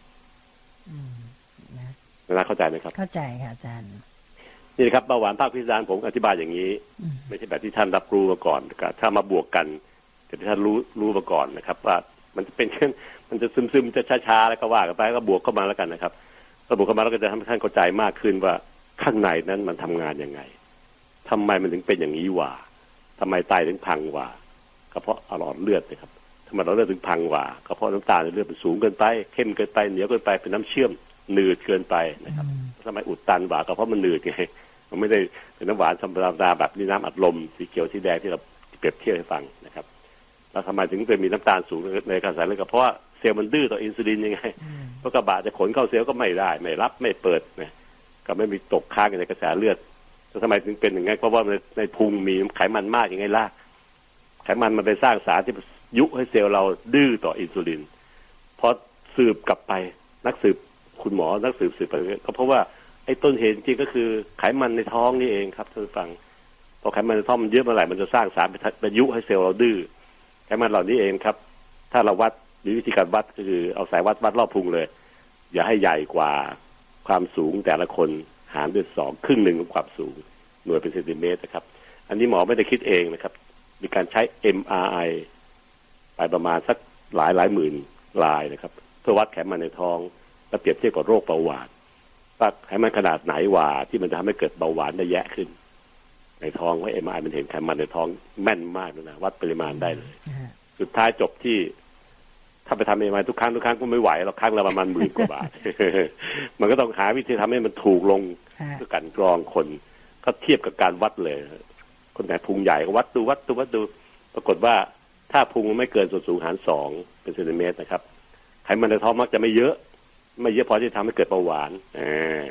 นะเข้าใจไหมครับเข้าใจค่ะอาจารย์นี่นะครับเบาหวานภาคพิสดารผมอธิบายอย่างนี้ไม่ใช่แบบที่ท่านรับรู้มาก่อนถ้ามาบวกกันแต่ที่ท่านรู้รู้มาก่อนนะครับว่ามันจะเป็นมันจะซึมๆจะช้าๆแล้วก็ว่ากันไปก็บวกเข้ามาแล้วกันนะครับถ้าบวกเข้ามาแล้วก็จะทำให้ท่านเข้าใจมากขึ้นว่าข้างในนั้นมันทำงานยังไงทำไมมันถึงเป็นอย่างนี้วะทำไมไตถึงพังวะก็เพราะหลอดเลือดนะครับทำไมหลอดเลือดถึงพังวะก็เพราะน้ำตาลในเลือดมันสูงเกินไปเข้มเกินไปเหนียวเกินไปเป็นน้ำเชื่อมหนืดเกินไปนะครับทำไมอุดตันวะก็เพราะมันหนืดไงมันไม่ได้เป็นน้ำหวานธรรมดาแบบนี้น้ำอัดลมสีเขียวสีแดงที่เราเปรียบเทียบให้ฟังนะครับแล้วทำไมถึงเป็นมีน้ำตาลสูงในกระแสเลือดก็เพราะว่าเซลล์มันดื้อต่ออินซูลินยังไงเพราะกระบะจะขนเข้าเซลล์ก็ไม่ได้ไม่รับไม่เปิดนะก็ไม่มีตกค้างในกระแสเลือดแล้วทำไมถึงเป็นอย่างไงเพราะว่าในในพุงมีไขมันมากยังไงล่ะไขมันมันไปสร้างสารที่ยุให้เซลล์เราดื้อต่ออินซูลินพอสืบกลับไปนักสืบคุณหมอนักสืบสืบไปก็เพราะว่าไอ้ต้นเหตุจริงก็คือไขมันในท้องนี่เองครับท่านผู้ฟังพอไขมันในท้องมันเยอะเมื่อไหร่มันจะสร้างสารไปยุให้เซลล์เราดื้อไขมันเหล่านี้เองครับถ้าเราวัดมีวิธีการวัดก็คือเอาสายวัดวัดรอบพุงเลยอย่าให้ใหญ่กว่าความสูงแต่ละคนหารด้วยสองครึ่งหนึ่งของความสูงหน่วยเป็นเซนติเมตรนะครับอันนี้หมอไม่ได้คิดเองนะครับมีการใช้ เอ็ม อาร์ ไอ ไปประมาณสักหลายหลายหมื่นรายนะครับเพื่อวัดไขมันในท้องและเปรียบเทียบกับโรคเบาหวานว่าไขมันขนาดไหนว่าที่มันจะทำให้เกิดเบาหวานได้แยะขึ้นในท้องว่า เอ็ม อาร์ ไอ มันเห็นไขมันในท้องแม่นมากเลยนะวัดปริมาณได้เลยสุดท้ายจบที่ถ้าไปทำเอ็ม อาร์ ไอ ทุกครั้งทุกครั้งก็ไม่ไหวเราครั้งละประมาณหมื่นกว่าบาท มันก็ต้องหาวิธีทำให้มันถูกลงเพื่อการกรองคนก็เทียบกับการวัดเลยคนไหนพุงใหญ่ก็วัดดูวัดดูวัดดูปรากฏว่าถ้าพุงไม่เกินส่วนสูงหารสองเป็นเซนติเมตรนะครับไขมันในท้องมักจะไม่เยอะไม่เยอะพอที่จะทำให้เกิดเบาหวานอ่า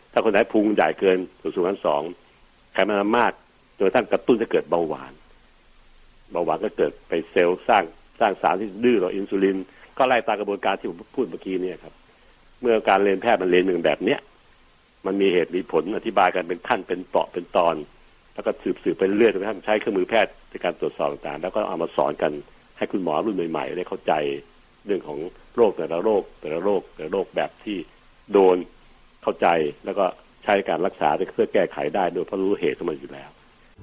ถ้าคนไหนพุงใหญ่เกินศูนย์จุดสองไขมันมากจนกระทั่งกระตุ้นจะเกิดเบาหวานเบาหวานก็เกิดไปเซลล์สร้างสร้างสารที่ดื้อต่ออินซูลินก็ไล่ตามกระบวนการที่ผมพูดเมื่อกี้เนี่ยครับเมื่อการเรียนแพทย์มันเรียนหนึ่งแบบเนี้ยมันมีเหตุมีผลอธิบายกันเป็นขั้นเป็นเปราะเป็นตอนแล้วก็สืบสืบไปเรื่อยๆจนกระทั่งใช้เครื่องมือแพทย์ในการตรวจสอบต่างๆแล้วก็เอามาสอนกันให้คุณหมอรุ่นใหม่ๆได้เข้าใจเรื่องของโรคแต่ละโรคแต่ละโรคแต่ละโรคแบบที่โดนเข้าใจแล้วก็ใช้การรักษาเพื่อแก้ไขได้โดยเพราะรู้เหตุของมันอยู่แล้ว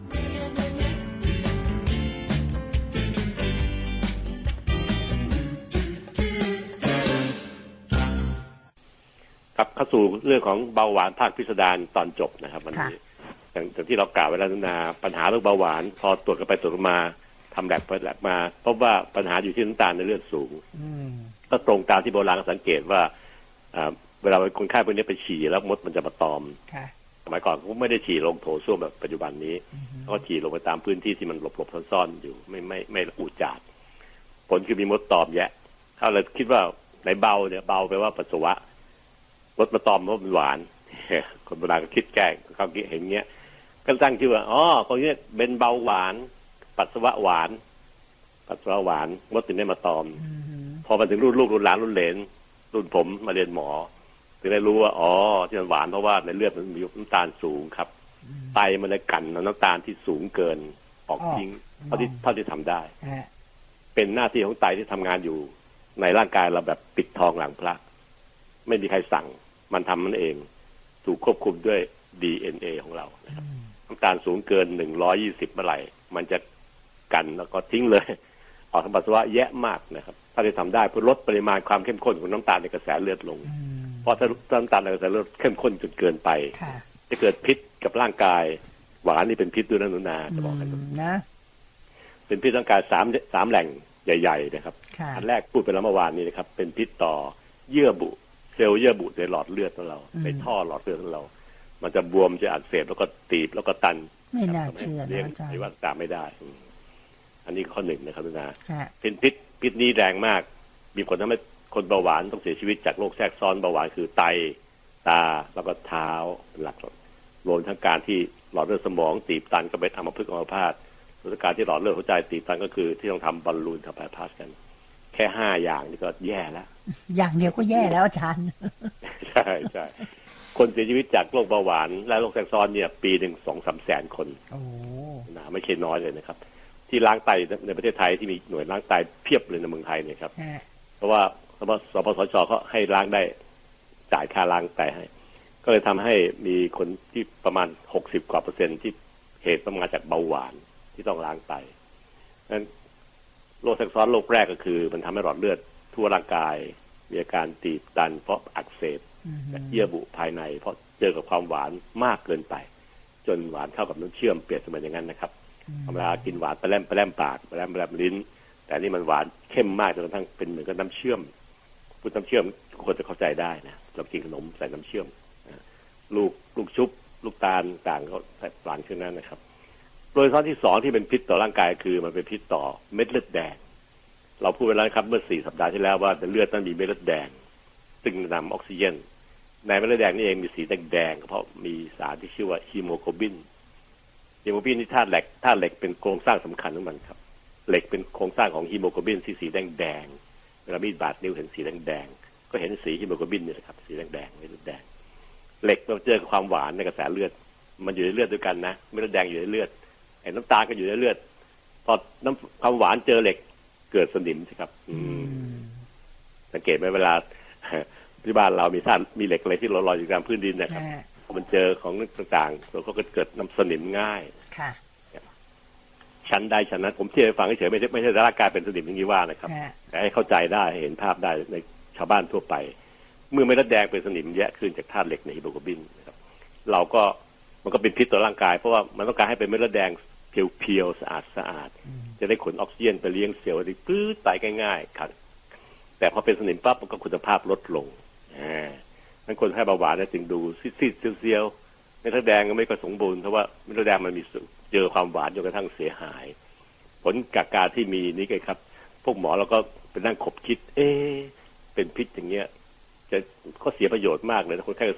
ครับเข้าสู่เรื่องของเบาหวานภาคพิสดารตอนจบนะครับวันนี้อย่างที่เรากล่าวไว้แล้วนะปัญหาเรื่องเบาหวานพอตรวจกันไปตรวจมาทำแลบไปแลบมาพบว่าปัญหาอยู่ที่น้ำตาลในเลือดสูงก็ตรงตามที่โบราณสังเกตว่าเวลาคนไข้พวกนี้ไปฉี่แล้วมดมันจะมาตอมสมัยก่อนเขาไม่ได้ฉี่ลงโถส้วมแบบปัจจุบันนี้เขาฉี่ลงไปตามพื้นที่ที่มันหลบๆซ่อนๆอยู่ไม่ไม่ไม่อุจจาระผลคือมีมดตอมแยะเขาเลยคิดว่าในเบาเนี่ยเบาแปลว่าปัสสาวะมดมาตอมเพราะมันหวานคนโบราณก็คิดแก้เขาคิดเห็นเงี้ยก็ตั้งชื่อว่าอ๋อคนนี้เป็นเบาหวานปัสสาวะหวานปัสสาวะหวานมดถึงได้มาตอมพอมาถึงรุ่นลูกรุ่นหลานรุ่นเหลนรุ่นผมมาเรียนหมอถึงได้รู้ว่าอ๋อที่มันหวานเพราะว่าในเลือดมันมีน้ำตาลสูงครับไตมันเลยกันน้ำตาลที่สูงเกินออกทิ้งเท่าที่เท่าที่ทำได้เป็นหน้าที่ของไตที่ทำงานอยู่ในร่างกายเราแบบปิดทองหลังพระไม่มีใครสั่งมันทำมันเองถูกควบคุมด้วย ดี เอ็น เอ ของเรานะครับน้ำตาลสูงเกินหนึ่งร้อยยี่สิบเมื่อไหร่มันจะกันแล้วก็ทิ้งเลยออกทางปัสสาวะแย่มากนะครับถ้าจะทำได้เพื่อลดปริมาณความเข้มข้นของน้ำตาลในกระแสเลือดลงเพราะถ้าน้ำตาลในกระแสเลือดเข้มข้นจนเกินไปจะเกิดพิษกับร่างกายหวานนี่เป็นพิษด้วยนะหนูนาจะบอกกันนะเป็นพิษร่างกายสามสามแหล่งใหญ่ๆนะครับอันแรกพูดไปแล้วเมื่อวานนี้นะครับเป็นพิษต่อเยื่อบุเซลล์เยื่อบุในหลอดเลือดของเราในท่อหลอดเลือดของเรามันจะบวมจะอักเสบแล้วก็ตีบแล้วก็ตันไม่น่าเชื่อนะอาจารย์หรือว่าตามไม่ได้อันนี้ข้อหนึ่งนะครับนะเป็นพิษพิษนี้แรงมากมีผลทำให้คนเบาหวานต้องเสียชีวิตจากโรคแทรกซ้อนเบาหวานคือไตตาแล้วก็เท้าเป็นหลักรวมทั้งการที่หลอดเลือดสมองตีบตันก็เป็นอัมพฤกษ์อัมพาตส่วนการที่หลอดเลือดหัวใจตีบตันก็คือที่ต้องทำบอลลูนทำบายพาสกันแค่ห้าอย่างนี่ก็แย่แล้วอย่างเดียวก็แย่แล้วอาจารย์ใช่ใช่คนเสียชีวิตจากโรคเบาหวานและโรคแทรกซ้อนเนี่ยปีหนึ่งสองสามแสนคนโอ้นะไม่ใช่น้อยเลยนะครับที่ล้างไตในประเทศไทยที่มีหน่วยล้างไตเพียบเลยในเมืองไทยเนี่ยครับเพราะว่าเพราะว่าสปสชเขาให้ล้างได้จ่ายค่าล้างไตให้ก็เลยทำให้มีคนที่ประมาณหกสิบกว่าเปอร์เซ็นต์ที่เหตุมาจากเบาหวานที่ต้องล้างไตนั้นโรคแทรกซ้อนโรคแรกก็คือมันทำให้หลอดเลือดทั่วร่างกายมีอาการตีบตันเพราะอักเสบเยื่อบุภายในเพราะเจอกับความหวานมากเกินไปจนหวานเข้ากับน้ำเชื่อมเปรียบเสมือนอย่างนั้นนะครับธรรมดากินหวานไปแล้มไปแล้มปากไปแล้มไปแล้มลิ้นแต่นี่มันหวานเข้มมากจนกระทั่งเป็นเหมือนกับน้ำเชื่อมพูดน้ำเชื่อมทุกคนจะเข้าใจได้นะเรากินขนมใส่น้ำเชื่อมลูกลูกชุบลูกตาลต่างเขาใส่หวานขึ้นนั้นนะครับโดยข้อที่สองที่เป็นพิษต่อร่างกายคือมันเป็นพิษต่อเม็ดเลือดแดงเราพูดไปแล้วครับเมื่อสี่สัปดาห์ที่แล้วว่าในเลือดนั้นมีเม็ดเลือดแดงซึ่งนำออกซิเจนในเม็ดเลือดแดงนี่เองมีสีแดงๆเพราะมีสารที่ชื่อว่าฮีโมโกลบินฮีโมโกลบินนี่ธาตุเหล็กธาตุเหล็กเป็นโครงสร้างสำคัญของมันครับเหล็กเป็นโครงสร้างของฮีโมโกลบินที่สีแดงๆเวลามีดบาดนิ้วเห็นสีแดงๆก็เห็นสีฮีโมโกลบินนี่แหละครับสีแดงๆเม็ดเลือดแดงเหล็กมันเจอกับความหวานในกระแสเลือดมันอยู่ในเลือดด้วยกันนะเม็ดเลือดแดงอยู่ในเลือดไอ้น้ำตาลก็อยู่ในเลือดพอน้ำความหวานเจอเหล็กเกิดสนิมใช่ครับสังเกตไหมเวลาที่บ้านเรามีธาตุมีเหล็กอะไรที่ลอยอยู่ตามพื้นดินนะครับมันเจอของต่างๆเราก็เกิดน้ำสนิมง่ายค่ะชั้นใดชั้นนั้นผมเชื่อฟังเฉยๆไม่ใช่ไม่ใช่ร่างกายเป็นสนิมอย่างนี้ว่านะครับแต่ให้เข้าใจได้เห็นภาพได้ในชาวบ้านทั่วไปเมื่อเม็ดเลือดแดงเป็นสนิมแยะขึ้นจากธาตุเหล็กในฮีโมโกลบินนะครับเราก็มันก็เป็นพิษต่อร่างกายเพราะว่ามันต้องการให้เป็นเม็ดเลือดแดงเพียวๆสะอาดสะอาดจะได้ขนออกซิเจนไปเลี้ยงเซลล์ได้ปื้ดไปง่ายๆครับแต่พอเป็นสนิมปั๊บมันก็คุณภาพลดลงอ่านั้นคนให้เบาหวานเนี่ยจึงดูซีดๆเซียวๆเม็ดเลือดแดงก็ไม่ก็สมบูรณ์เพราะว่าเม็ดเลือดแดงมันมีเจอความหวานจนกระทั่งเสียหายผลจากการที่มีนี่ไงครับพวกหมอเราก็เป็นนั่งขบคิดเอ๊ะเป็นพิษอย่างเงี้ยจะก็เสียประโยชน์มากเลยนะคนไข้ก็เสีย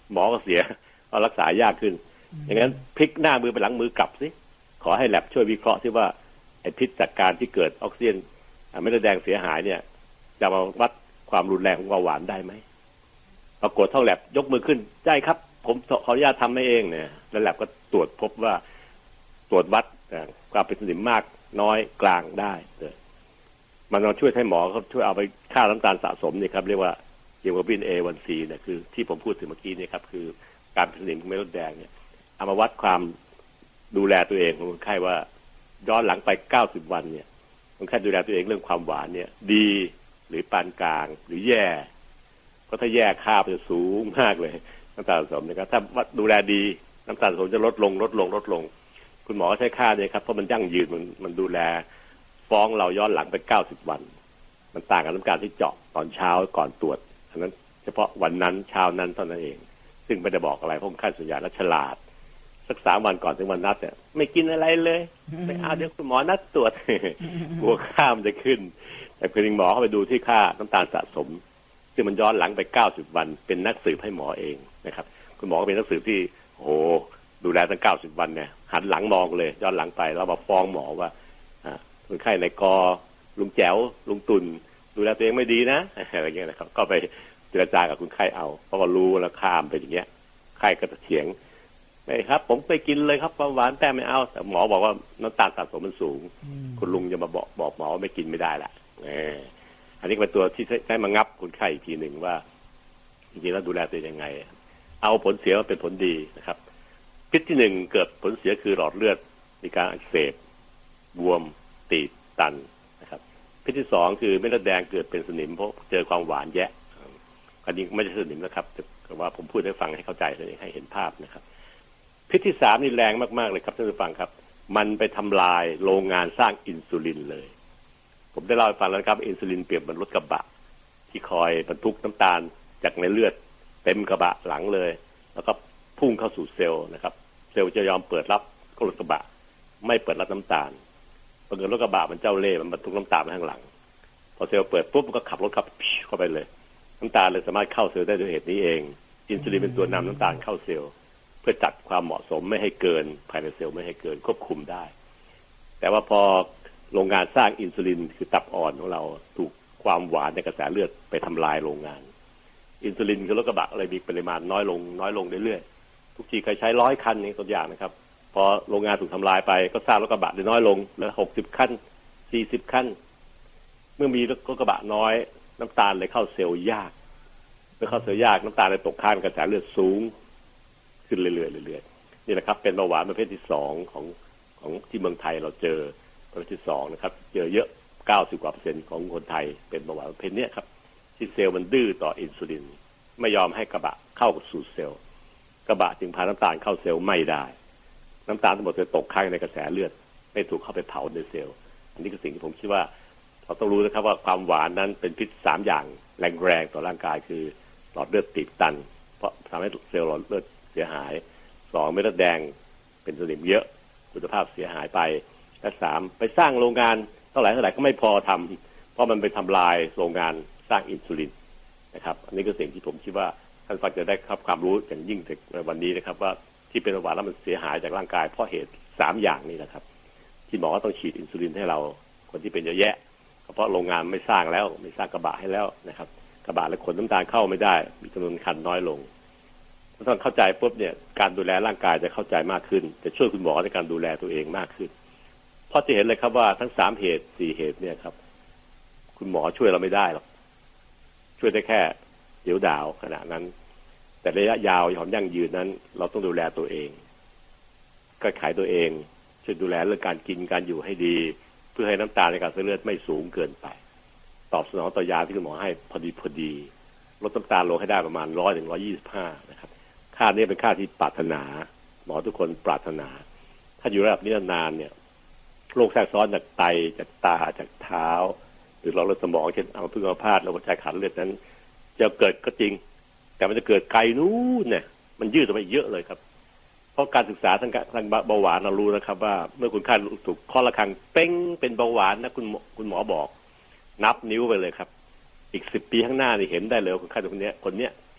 หมอก็เสียเอารักษายากขึ้นอย่างนั้นพลิกหน้ามือไปหลังมือกลับสิขอให้แลบช่วยวิเคราะห์ที่ว่าไอ้พิษจากการที่เกิดออกซิเจนเม็ดเลือดแดงเสียหายเนี่ยจะมาวัดความรุนแรงของเบาหวานได้ไหมปรากฏท่องแลบยกมือขึ้นได้ครับผมขออนุญาตทำให้เองเนี่ยแล้วแลบก็ตรวจพบว่าตรวจวัดความเป็นสนิมมากน้อยกลางได้เลยมันมาช่วยให้หมอเขาช่วยเอาไปค่าน้ำตาลสะสมนี่ครับเรียกว่าฮีโมโกลบิน เอ วัน ซี เนี่ยคือที่ผมพูดถึงเมื่อกี้นี่ครับคือการเป็นสนิมของเม็ดเลือดแดงเนี่ยเอามาวัดความดูแลตัวเองของคนไข้ว่าย้อนหลังไปเก้าสิบวันเนี่ยคนไข้ดูแลตัวเองเรื่องความหวานเนี่ยดีหรือปานกลางหรือแย่ก็ถ้าแย่ค่าจะสูงมากเลยน้ำตาลสะสมนะครับถ้าดูแลดีน้ำตาลสะสมจะลดลงลดลงลดลงคุณหมอใช้ค่าเนี่ยครับเพราะมันยั่งยืนมันมันดูแลฟ้องเราย้อนหลังไปเก้าสิบวันมันต่างกับน้ำตาลที่เจาะตอนเช้าก่อนตรวจอันนั้นเฉพาะวันนั้นเช้านั้นเท่านั้นเองซึ่งไม่ได้บอกอะไรเพราะคนไข้ส่วนใหญ่แล้วฉลาดสักสามวันก่อนถึงวันนัดเนี่ยไม่กินอะไรเลยไม่เอาเดี๋ยวคุณหมอนัดตรวจกลัวค่ามันจะขึ้นแต่คุณหมอเข้าไปดูที่ค่าน้ำตาลสะสมซึ่งมันย้อนหลังไปเก้าสิบวันเป็นนักสืบให้หมอเองนะครับคุณหมอก็เป็นนักสืบที่โอ้โหดูแลตั้งเก้าสิบวันเนี่ยหันหลังมองเลยย้อนหลังไปแล้วมาฟ้องหมอว่าคนไข้ในกอลุงแจ๋วลุงตุนดูแลตัวเองไม่ดีนะอะไรเงี้ยนะครับก็ไปเจรจากับคนไข้เอาเพราะว่ารู้แล้วข้ามไปอย่างเงี้ยไข้ก็จะเถียงไม่ครับผมไปกินเลยครับความหวานแต่ไม่เอาแต่หมอบอกว่าน้ำตาลสะสมมันสูงคุณลุงจะมาบอกบอกหมอว่าไม่กินไม่ได้ละอันนี้เป็นตัวที่ใช้มางับคนไข้อีกทีหนึ่งว่าจริงๆแล้วดูแลตัวยังไงเอาผลเสียมาเป็นผลดีนะครับพิษที่หนึ่งเกิดผลเสียคือหลอดเลือดมีการอักเสบบวมตีบตันนะครับพิษที่สองคือเม็ดเลือดแดงเกิดเป็นสนิมเพราะเจอความหวานแยะอันนี้ไม่ใช่สนิมนะครับแต่ว่าผมพูดให้ฟังให้เข้าใจให้เห็นภาพนะครับพิษที่สามนี่แรงมากๆเลยครับท่านผู้ฟังครับมันไปทำลายโรงงานสร้างอินซูลินเลยผมได้เล่าให้ฟังแล้วครับอินซูลินเปรียบเหมือนรถกระบะที่คอยบรรทุกน้ำตาลจากในเลือดเต็มกระบะหลังเลยแล้วก็พุ่งเข้าสู่เซลล์นะครับเซลล์จะยอมเปิดรับก็รถกระบะไม่เปิดรับน้ำตาลเพราะเกิดรถกระบะมันเจ้าเล่ห์มันบรรทุกน้ำตาลมาข้างหลังพอเซลล์เปิดปุ๊บมันก็ขับรถขับเข้าไปเลยน้ำตาลเลยสามารถเข้าเซลล์ได้ด้วยเหตุนี้เองอินซูลินเป็นตัวนำน้ำตาลเข้าเซลล์เพื่อจัดความเหมาะสมไม่ให้เกินภายในเซลล์ไม่ให้เกินควบคุมได้แต่ว่าพอโรงงานสร้างอินซูลินคือตับอ่อนของเราถูกความหวานในกระแสเลือดไปทำลายโรงงานอินซูลินคือรถกระบะเลยมีปริมาณน้อยลงน้อยลงเรื่อยๆทุกทีเคยใช้ร้อยคันนี่ตัวอย่างนะครับพอโรงงานถูกทำลายไปก็สร้างรถกระบะได้น้อยลงเหลือหกสิบคันสี่สิบคันเมื่อมีรถกระบะน้อยน้ำตาลเลยเข้าเซลล์ยากเมื่อเข้าเซลล์ยากน้ำตาลเลยตกค้างกระแสเลือดสูงขึ้นเรื่อยๆเรื่อยๆนี่แหละครับเป็นเบาหวานประเภทที่สองของของที่เมืองไทยเราเจอประเภทที่สองนะครับเจอเยอะเก้าสิบกว่าเปอร์เซ็นต์ของคนไทยเป็นเบาหวานประเภทนี้ครับที่เซลล์มันดื้อต่ออินซูลินไม่ยอมให้กระบะเข้าสู่เซลล์กระบะจึงพาน้ำตาลเข้าเซลล์ไม่ได้น้ำตาลทั้งหมดจะตกค้างในกระแสเลือดไม่ถูกเข้าไปเผาในเซลล์อันนี้คือสิ่งที่ผมคิดว่าเราต้องรู้นะครับว่าความหวานนั้นเป็นพิษสามอย่างแรงๆต่อร่างกายคือหลอดเลือดตีบตันเพราะทำให้เซลล์หลอดเลือดเสียหายสองเม็ดเลือดแดงเป็นสนิมเยอะคุณภาพเสียหายไปและสามไปสร้างโรงงานเท่าไหร่เท่าไหร่ก็ไม่พอทำเพราะมันไปทำลายโรงงานสร้างอินซูลินนะครับอันนี้ก็สิ่งที่ผมคิดว่าท่านฟังจะได้รับความรู้อย่างยิ่งในวันนี้นะครับว่าที่เป็นเบาหวานแล้วมันเสียหายจากร่างกายเพราะเหตุสามอย่างนี้นะครับที่หมอต้องฉีดอินซูลินให้เราคนที่เป็นเยอะแยะเพราะโรงงานไม่สร้างแล้วไม่สร้างกระบะให้แล้วนะครับกระบะและขนน้ำตาลเข้าไม่ได้มีจำนวนคันน้อยลงถ้าท่านเข้าใจปุ๊บเนี่ยการดูแลร่างกายจะเข้าใจมากขึ้นจะช่วยคุณหมอในการดูแลตัวเองมากขึ้นเพราะจะเห็นเลยครับว่าทั้งสามเหตุสี่เหตุเนี่ยครับคุณหมอช่วยเราไม่ได้หรอกช่วยได้แค่เดี๋ยวดาวขณะนั้นแต่ระยะยาวความยั่งยืนนั้นเราต้องดูแลตัวเองก็ขายตัวเองช่วยดูแลเรื่องการกินการอยู่ให้ดีเพื่อให้น้ำตาลในกระแสเลือดไม่สูงเกินไปตอบสนองต่อยาที่คุณหมอให้พอดีพอดีลดน้ำตาลลงให้ได้ประมาณร้อยถึงร้อยยี่สิบห้านะครับค่านี้เป็นค่าที่ปรารถนาหมอทุกคนปรารถนาถ้าอยู่ระดับนี้นานเนี่ยโรคแทรกซ้อนจากไตจากตาจากเท้าหรือเราเลือดสมองเช่นอัมพฤกษ์อัมพาตหรือหัวใจขาดเลือดนั้นจะเกิดก็จริงแต่มันจะเกิดไกลนู้นเนี่ยมันยืดออกไปเยอะเลยครับเพราะการศึกษาทางทางเบาหวานเรารู้นะครับว่าเมื่อคุณไข้ถูกเคาะระฆังเป้งเป็นเบาหวานนะคุณคุณหมอบอกนับนิ้วไปเลยครับอีกสิบปีข้างหน้านี่เห็นได้เลยคนไข้คนนี้คนเนี้ยที่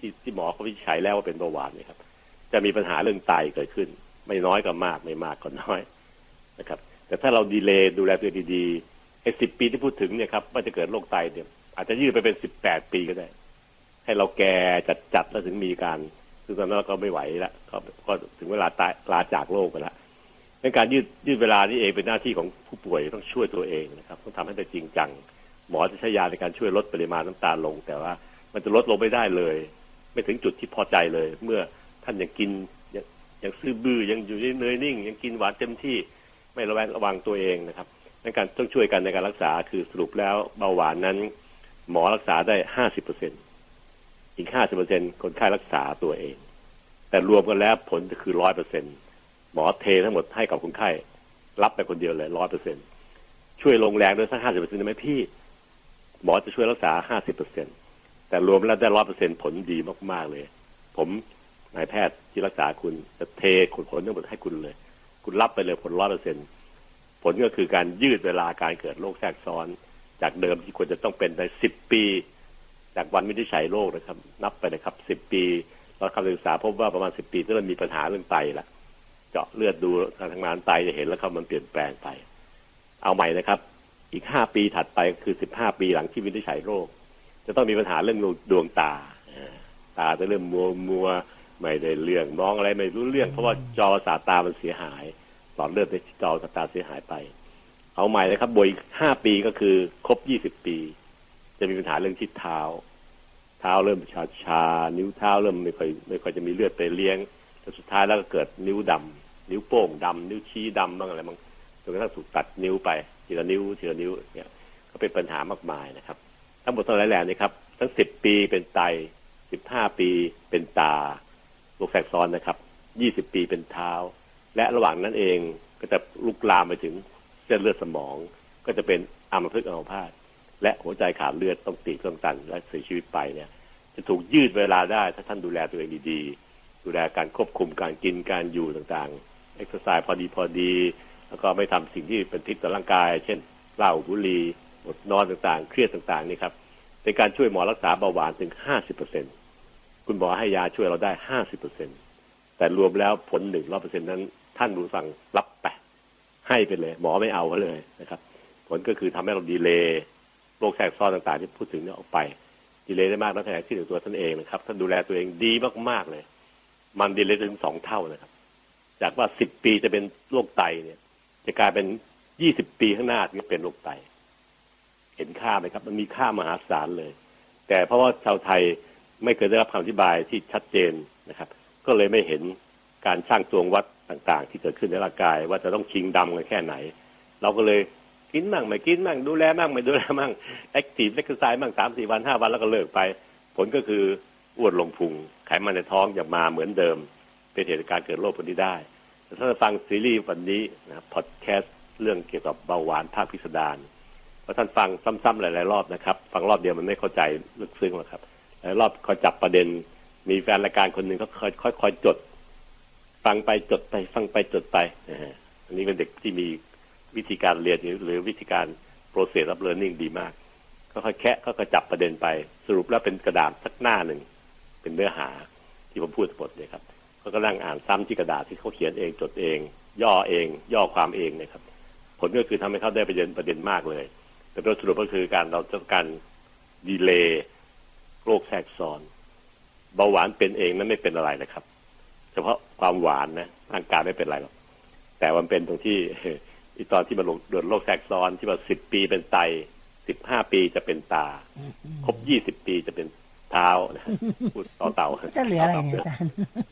ที่ที่หมอเขาวินิจฉัยแล้วว่าเป็นเบาหวานเนี่ยครับจะมีปัญหาเรื่องไตเกิดขึ้นไม่น้อยก็มากไม่มากก็น้อยนะครับแต่ถ้าเราดีเลย์ดูแลตัวดีๆไอ้สิบปีที่พูดถึงเนี่ยครับว่าจะเกิดโรคไตเนี่ยอาจจะยืดไปเป็นสิบแปดปีก็ได้ให้เราแก่จัดๆแล้วถึงมีการซึ่งตอนนั้นก็ไม่ไหวแล้วก็ก็ถึงเวลาตายลาจากโลกไปแล้วในการยืดยืดเวลานี่เองเป็นหน้าที่ของผู้ป่วยต้องช่วยตัวเองนะครับต้องทำให้ได้จริงจังหมอจะใช้ยาในการช่วยลดปริมาณน้ำตาลลงแต่ว่ามันจะลดลงไม่ได้เลยไม่ถึงจุดที่พอใจเลยเมื่อท่านยังกินยังยังซื่อบื้อยังอยู่เนยนิ่งยังกินหวานเต็มที่ไม่ระแวดระวังตัวเองนะครับในการต้องช่วยกันในการรักษาคือสรุปแล้วเบาหวานนั้นหมอรักษาได้ห้าสิบเปอร์เซ็นต์อีกห้าสิบเปอร์เซ็นต์คนไข้รักษาตัวเองแต่รวมกันแล้วผลจะคือร้อยเปอร์เซ็นต์หมอเททั้งหมดให้กับคนไข้รับไปคนเดียวเลยร้อยเปอร์เซ็นต์ช่วยลงแรงด้วยสักห้าสิบเปอร์เซ็นต์ได้ไหมพี่หมอจะช่วยรักษาห้าสิบเปอร์เซ็นต์แต่รวมแล้วได้ร้อยเปอร์เซ็นต์ผลดีมากๆเลยผมนายแพทย์ที่รักษาคุณจะเทผลผลทั้งหมดให้คุณเลยคุณรับไปเลยผลร้อยเปอร์เซ็นต์ผลก็คือการยืดเวลาการเกิดโรคแทรกซ้อนจากเดิมที่ควรจะต้องเป็นในสิบปีจากวันวินิจฉัยโรคนะครับนับไปนะครับสิบปีเราคำศึกษาพบว่าประมาณสิบปีที่เรามีปัญหาเรื่องไตละเจาะเลือดดูการทำงานไตจะเห็นแล้วครับมันเปลี่ยนแปลงไปเอาใหม่นะครับอีกห้าปีถัดไปคือสิบห้าปีหลังที่วินิจฉัยโรคจะต้องมีปัญหาเรื่องดวงตาตาจะเริ่มมัวมัวไม่ได้เรื่องมองอะไรไม่รู้เรื่องเพราะว่าจอประสาทตามันเสียหายหลอดเลือดในจอประสาทตาเสียหายไปเอาใหม่นะครับบวกอีกห้าปีก็คือครบยี่สิบปีจะมีปัญหาเรื่องที่เท้าเท้าเริ่มชาชานิ้วเท้าเริ่มไม่ค่อยไม่ค่อยจะมีเลือดไปเลี้ยงแต่สุดท้ายแล้วก็เกิดนิ้วดำนิ้วโป้งดำนิ้วชี้ดำบ้างอะไรบ้างจนกระทั่งถูกตัดนิ้วไปทีละนิ้วทีละนิ้วเนี่ยก็เป็นปัญหามากมายนะครับทั้งหมดทั้งหลายแหล่นี่ครับทั้งสิบปีเป็นไตสิบห้าปีเป็นตาโรคแทรกซ้อนนะครับยี่สิบปีเป็นเท้าและระหว่างนั้นเองก็จะลุกลามไปถึงเส้นเลือดสมองก็จะเป็นอัมพฤกษ์อัมพาตและหัวใจขาดเลือดต้องตีบต้องตันและเสียชีวิตไปเนี่ยจะถูกยืดเวลาได้ถ้าท่านดูแลตัวเองดีๆดูแลการควบคุมการกินการอยู่ต่างๆเอ็กซ์ไซส์พอดีพอดีแล้วก็ไม่ทำสิ่งที่เป็นพิษต่อร่างกายเช่นเหล้าบุหรี่อดนอนต่างๆเครียดต่างๆนี่ครับเป็นการช่วยหมอรักษาเบาหวานถึง ห้าสิบเปอร์เซ็นต์ คุณหมอให้ยาช่วยเราได้ ห้าสิบเปอร์เซ็นต์ แต่รวมแล้วผล หนึ่งร้อยเปอร์เซ็นต์ นั้นท่านผู้ฟังรับไปให้ไปเลยหมอไม่เอาเลยนะครับผลก็คือทำให้เราดีเลย์โรคแทรกซ้อนต่างๆที่พูดถึงเนี่ยออกไปดีเลย์ได้มากแล้วแทนที่ถึงตัวท่านเองนะครับท่านดูแลตัวเองดีมากๆเลยมันดีเลย์ถึงสองเท่านะครับจากว่าสิบปีจะเป็นโรคไตเนี่ยจะกลายเป็นยี่สิบปีข้างหน้าจะเป็นโรคไตเห็นค่าไหมครับมันมีค่ามหาศาลเลยแต่เพราะว่าชาวไทยไม่เคยได้รับคำอธิบายที่ชัดเจนนะครับก็เลยไม่เห็นการช่างตวงวัดต่างๆที่เกิดขึ้นในร่างกายว่าจะต้องชิงดำกันแค่ไหนเราก็เลยกินมั่งไม่กินมั่งดูแลมั่งไม่ดูแลมั่งแอคทีฟเอ็กซ์ไซส์มั่งสามสี่วันห้าวันแล้วก็เลิกไปผลก็คืออ้วนลงพุงไขมันในท้องอย่ามาเหมือนเดิมเป็นเหตุการณ์เกิดโรคพวกนี้ได้แต่ถ้าฟังซีรีส์วันนี้นะพอดแคสต์เรื่องเกี่ยวกับเบาหวานภาคพิสดารพอท่านฟังซ้ำๆหลายๆรอบนะครับฟังรอบเดียวมันไม่เข้าใจลึกซึ้งหรอกครับหลายรอบคอยจับประเด็นมีแฟนรายการคนหนึ่งเขาค่อยค่อยจดฟังไปจดไปฟังไปจดไปอันนี้เป็นเด็กที่มีวิธีการเรียนหรือวิธีการ process of learning ดีมากก็ค่อยแคะก็ค่อยจับประเด็นไปสรุปแล้วเป็นกระดาษสักหน้าหนึ่งเป็นเนื้อหาที่ผมพูดทั้งหมดเลยครับเขาก็นั่งอ่านซ้ำที่กระดาษที่เขาเขียนเองจดเองย่อเองย่อความเองนะครับผลก็คือทำให้เขาได้ประเด็นประเด็นมากเลยแต่โดยสรุปก็คือการเราต้องการดีเลย์โรคแทรกซ้อนเบาหวานเป็นเองนั้นไม่เป็นอะไรเลยครับเฉพาะความหวานนะร่างกายไม่เป็นไรหรอกแต่มันเป็นตรงที่อีตอนที่มันโดนโรคแทรกซ้อนที่ว่าสิบปีเป็นไตสิบห้าปีจะเป็นตาครบยี่สิบปีจะเป็นเท้าพูดต่อเต่าจะเหลืออะไรเนี่ยอาจารย์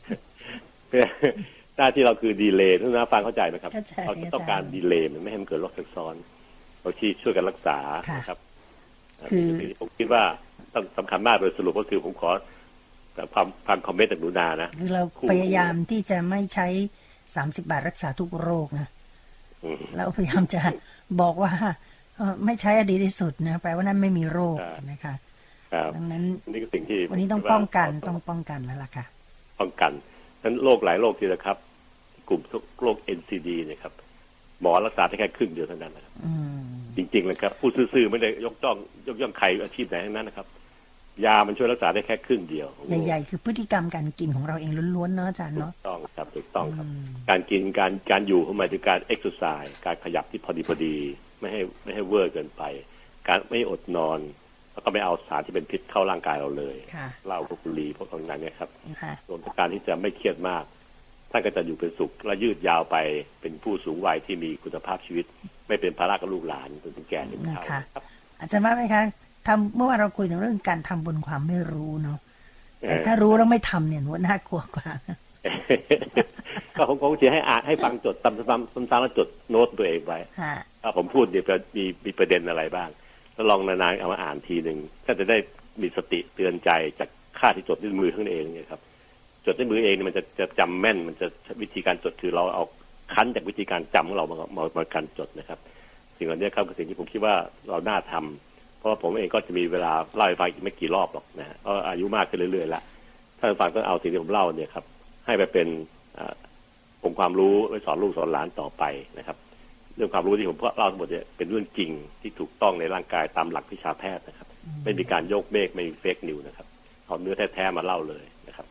หน้าที่เราคือดีเลย์ทุกท่านฟังเข้าใจไหมครับเราต้องการดีเลย์มันไม่ให้มันเกิดโรคแทรกซ้อนเราที่ช่วยกันรักษานะครับคือผมคิดว่าต้องสำคัญมากโดยสรุปก็คือผมขอความความคอมเมนต์จากหนูนานะคือเราพยายามที่จะไม่ใช้สามสิบบาทรักษาทุกโรคนะเราพยายามจะบอกว่าไม่ใช้อดีตที่สุดนะแปลว่านั้นไม่มีโรคนะคะดังนั้นนี่ก็สิ่งที่วันนี้ต้องป้องกันต้องป้องกันแล้วล่ะค่ะป้องกันนั้นโรคหลายโรคทีนะครับกลุ่มโรค เอ็น ซี ดี เนี่ยครับหมอรักษาได้แค่ครึ่งเดียวเท่านั้นนะครับจริงๆเลยครับผู้ซื่อๆไม่ได้ยกจ้องยกย่องใครอาชีพไหนทั้งนั้นนะครับยามันช่วยรักษาได้แค่ครึ่งเดียวใหญ่ๆคือพฤติกรรมการกินของเราเองล้วนๆเนาะอาจารย์เนาะถูกต้องครับถูกต้องครับการกินการการอยู่เข้ามาถึงการเอ็กซ์ไซส์การขยับที่พอดีพอดีไม่ให้ไม่ให้เวอร์เกินไปการไม่อดนอนแล้วก็ไม่เอาสารที่เป็นพิษเข้าร่างกายเราเลยเหล้าบุหรี่พวกนั้นเนี่ยครับรวมถึงการที่จะไม่เครียดมากท่านก็จะอยู่เป็นสุขและยืดยาวไปเป็นผู้สูงวัยที่มีคุณภาพชีวิตไม่เป็นภาระกับลูกหลานจนถึงแก่ถึงเฒ่าครับอาจารย์ว่าไหมคะทำเมื่อวานเราคุยถึงเรื่องการทำบนความไม่รู้เนาะแต่ถ้ารู้แล้วไม่ทำเนี่ยน่ากลัวกว่าก็ผมคงจะให้อ่านให้ฟังจดซ้ำๆซ้ำๆแล้วจดโน้ตตัวเองไว้ถ้าผมพูดเดี๋ยวมีมีประเด็นอะไรบ้างแล้วลองนานๆเอามาอ่านทีหนึ่งก็จะได้มีสติเตือนใจจากค่าที่จดด้วยมือข้างเองเนี่ยครับจดด้วยมือเองเนี่ยมันจะจะจำแม่นมันจะวิธีการจดคือเราเอาคั้นจากวิธีการจำของเรามามามาการจดนะครับสิ่งเหล่านี้ครับคือสิ่งที่ผมคิดว่าเราน่าทำเพราะว่าผมเองก็จะมีเวลาเล่าให้ฟังอีกไม่กี่รอบหรอกนะฮะเพราะอายุมากขึ้นเรื่อยๆแล้วท่านฟังต้องเอาสิ่งที่ผมเล่าเนี่ยครับให้ไปเป็นองค์ความรู้ไว้สอนลูกสอนหลานต่อไปนะครับเรื่องความรู้ที่ผมเล่าทั้งหมดเนี่ยเป็นเรื่องจริงที่ถูกต้องในร่างกายตามหลักวิชาแพทย์นะครับไม่มีการโยกเมฆไม่มีเฟกนิวนะครับเอาเนื้อแท้ๆมาเล่าเลยนะครับ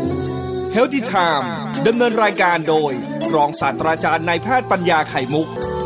Healthy Time ดำเนินรายการโดยรองศาสตราจารย์นายแพทย์ปัญญาไข่มุก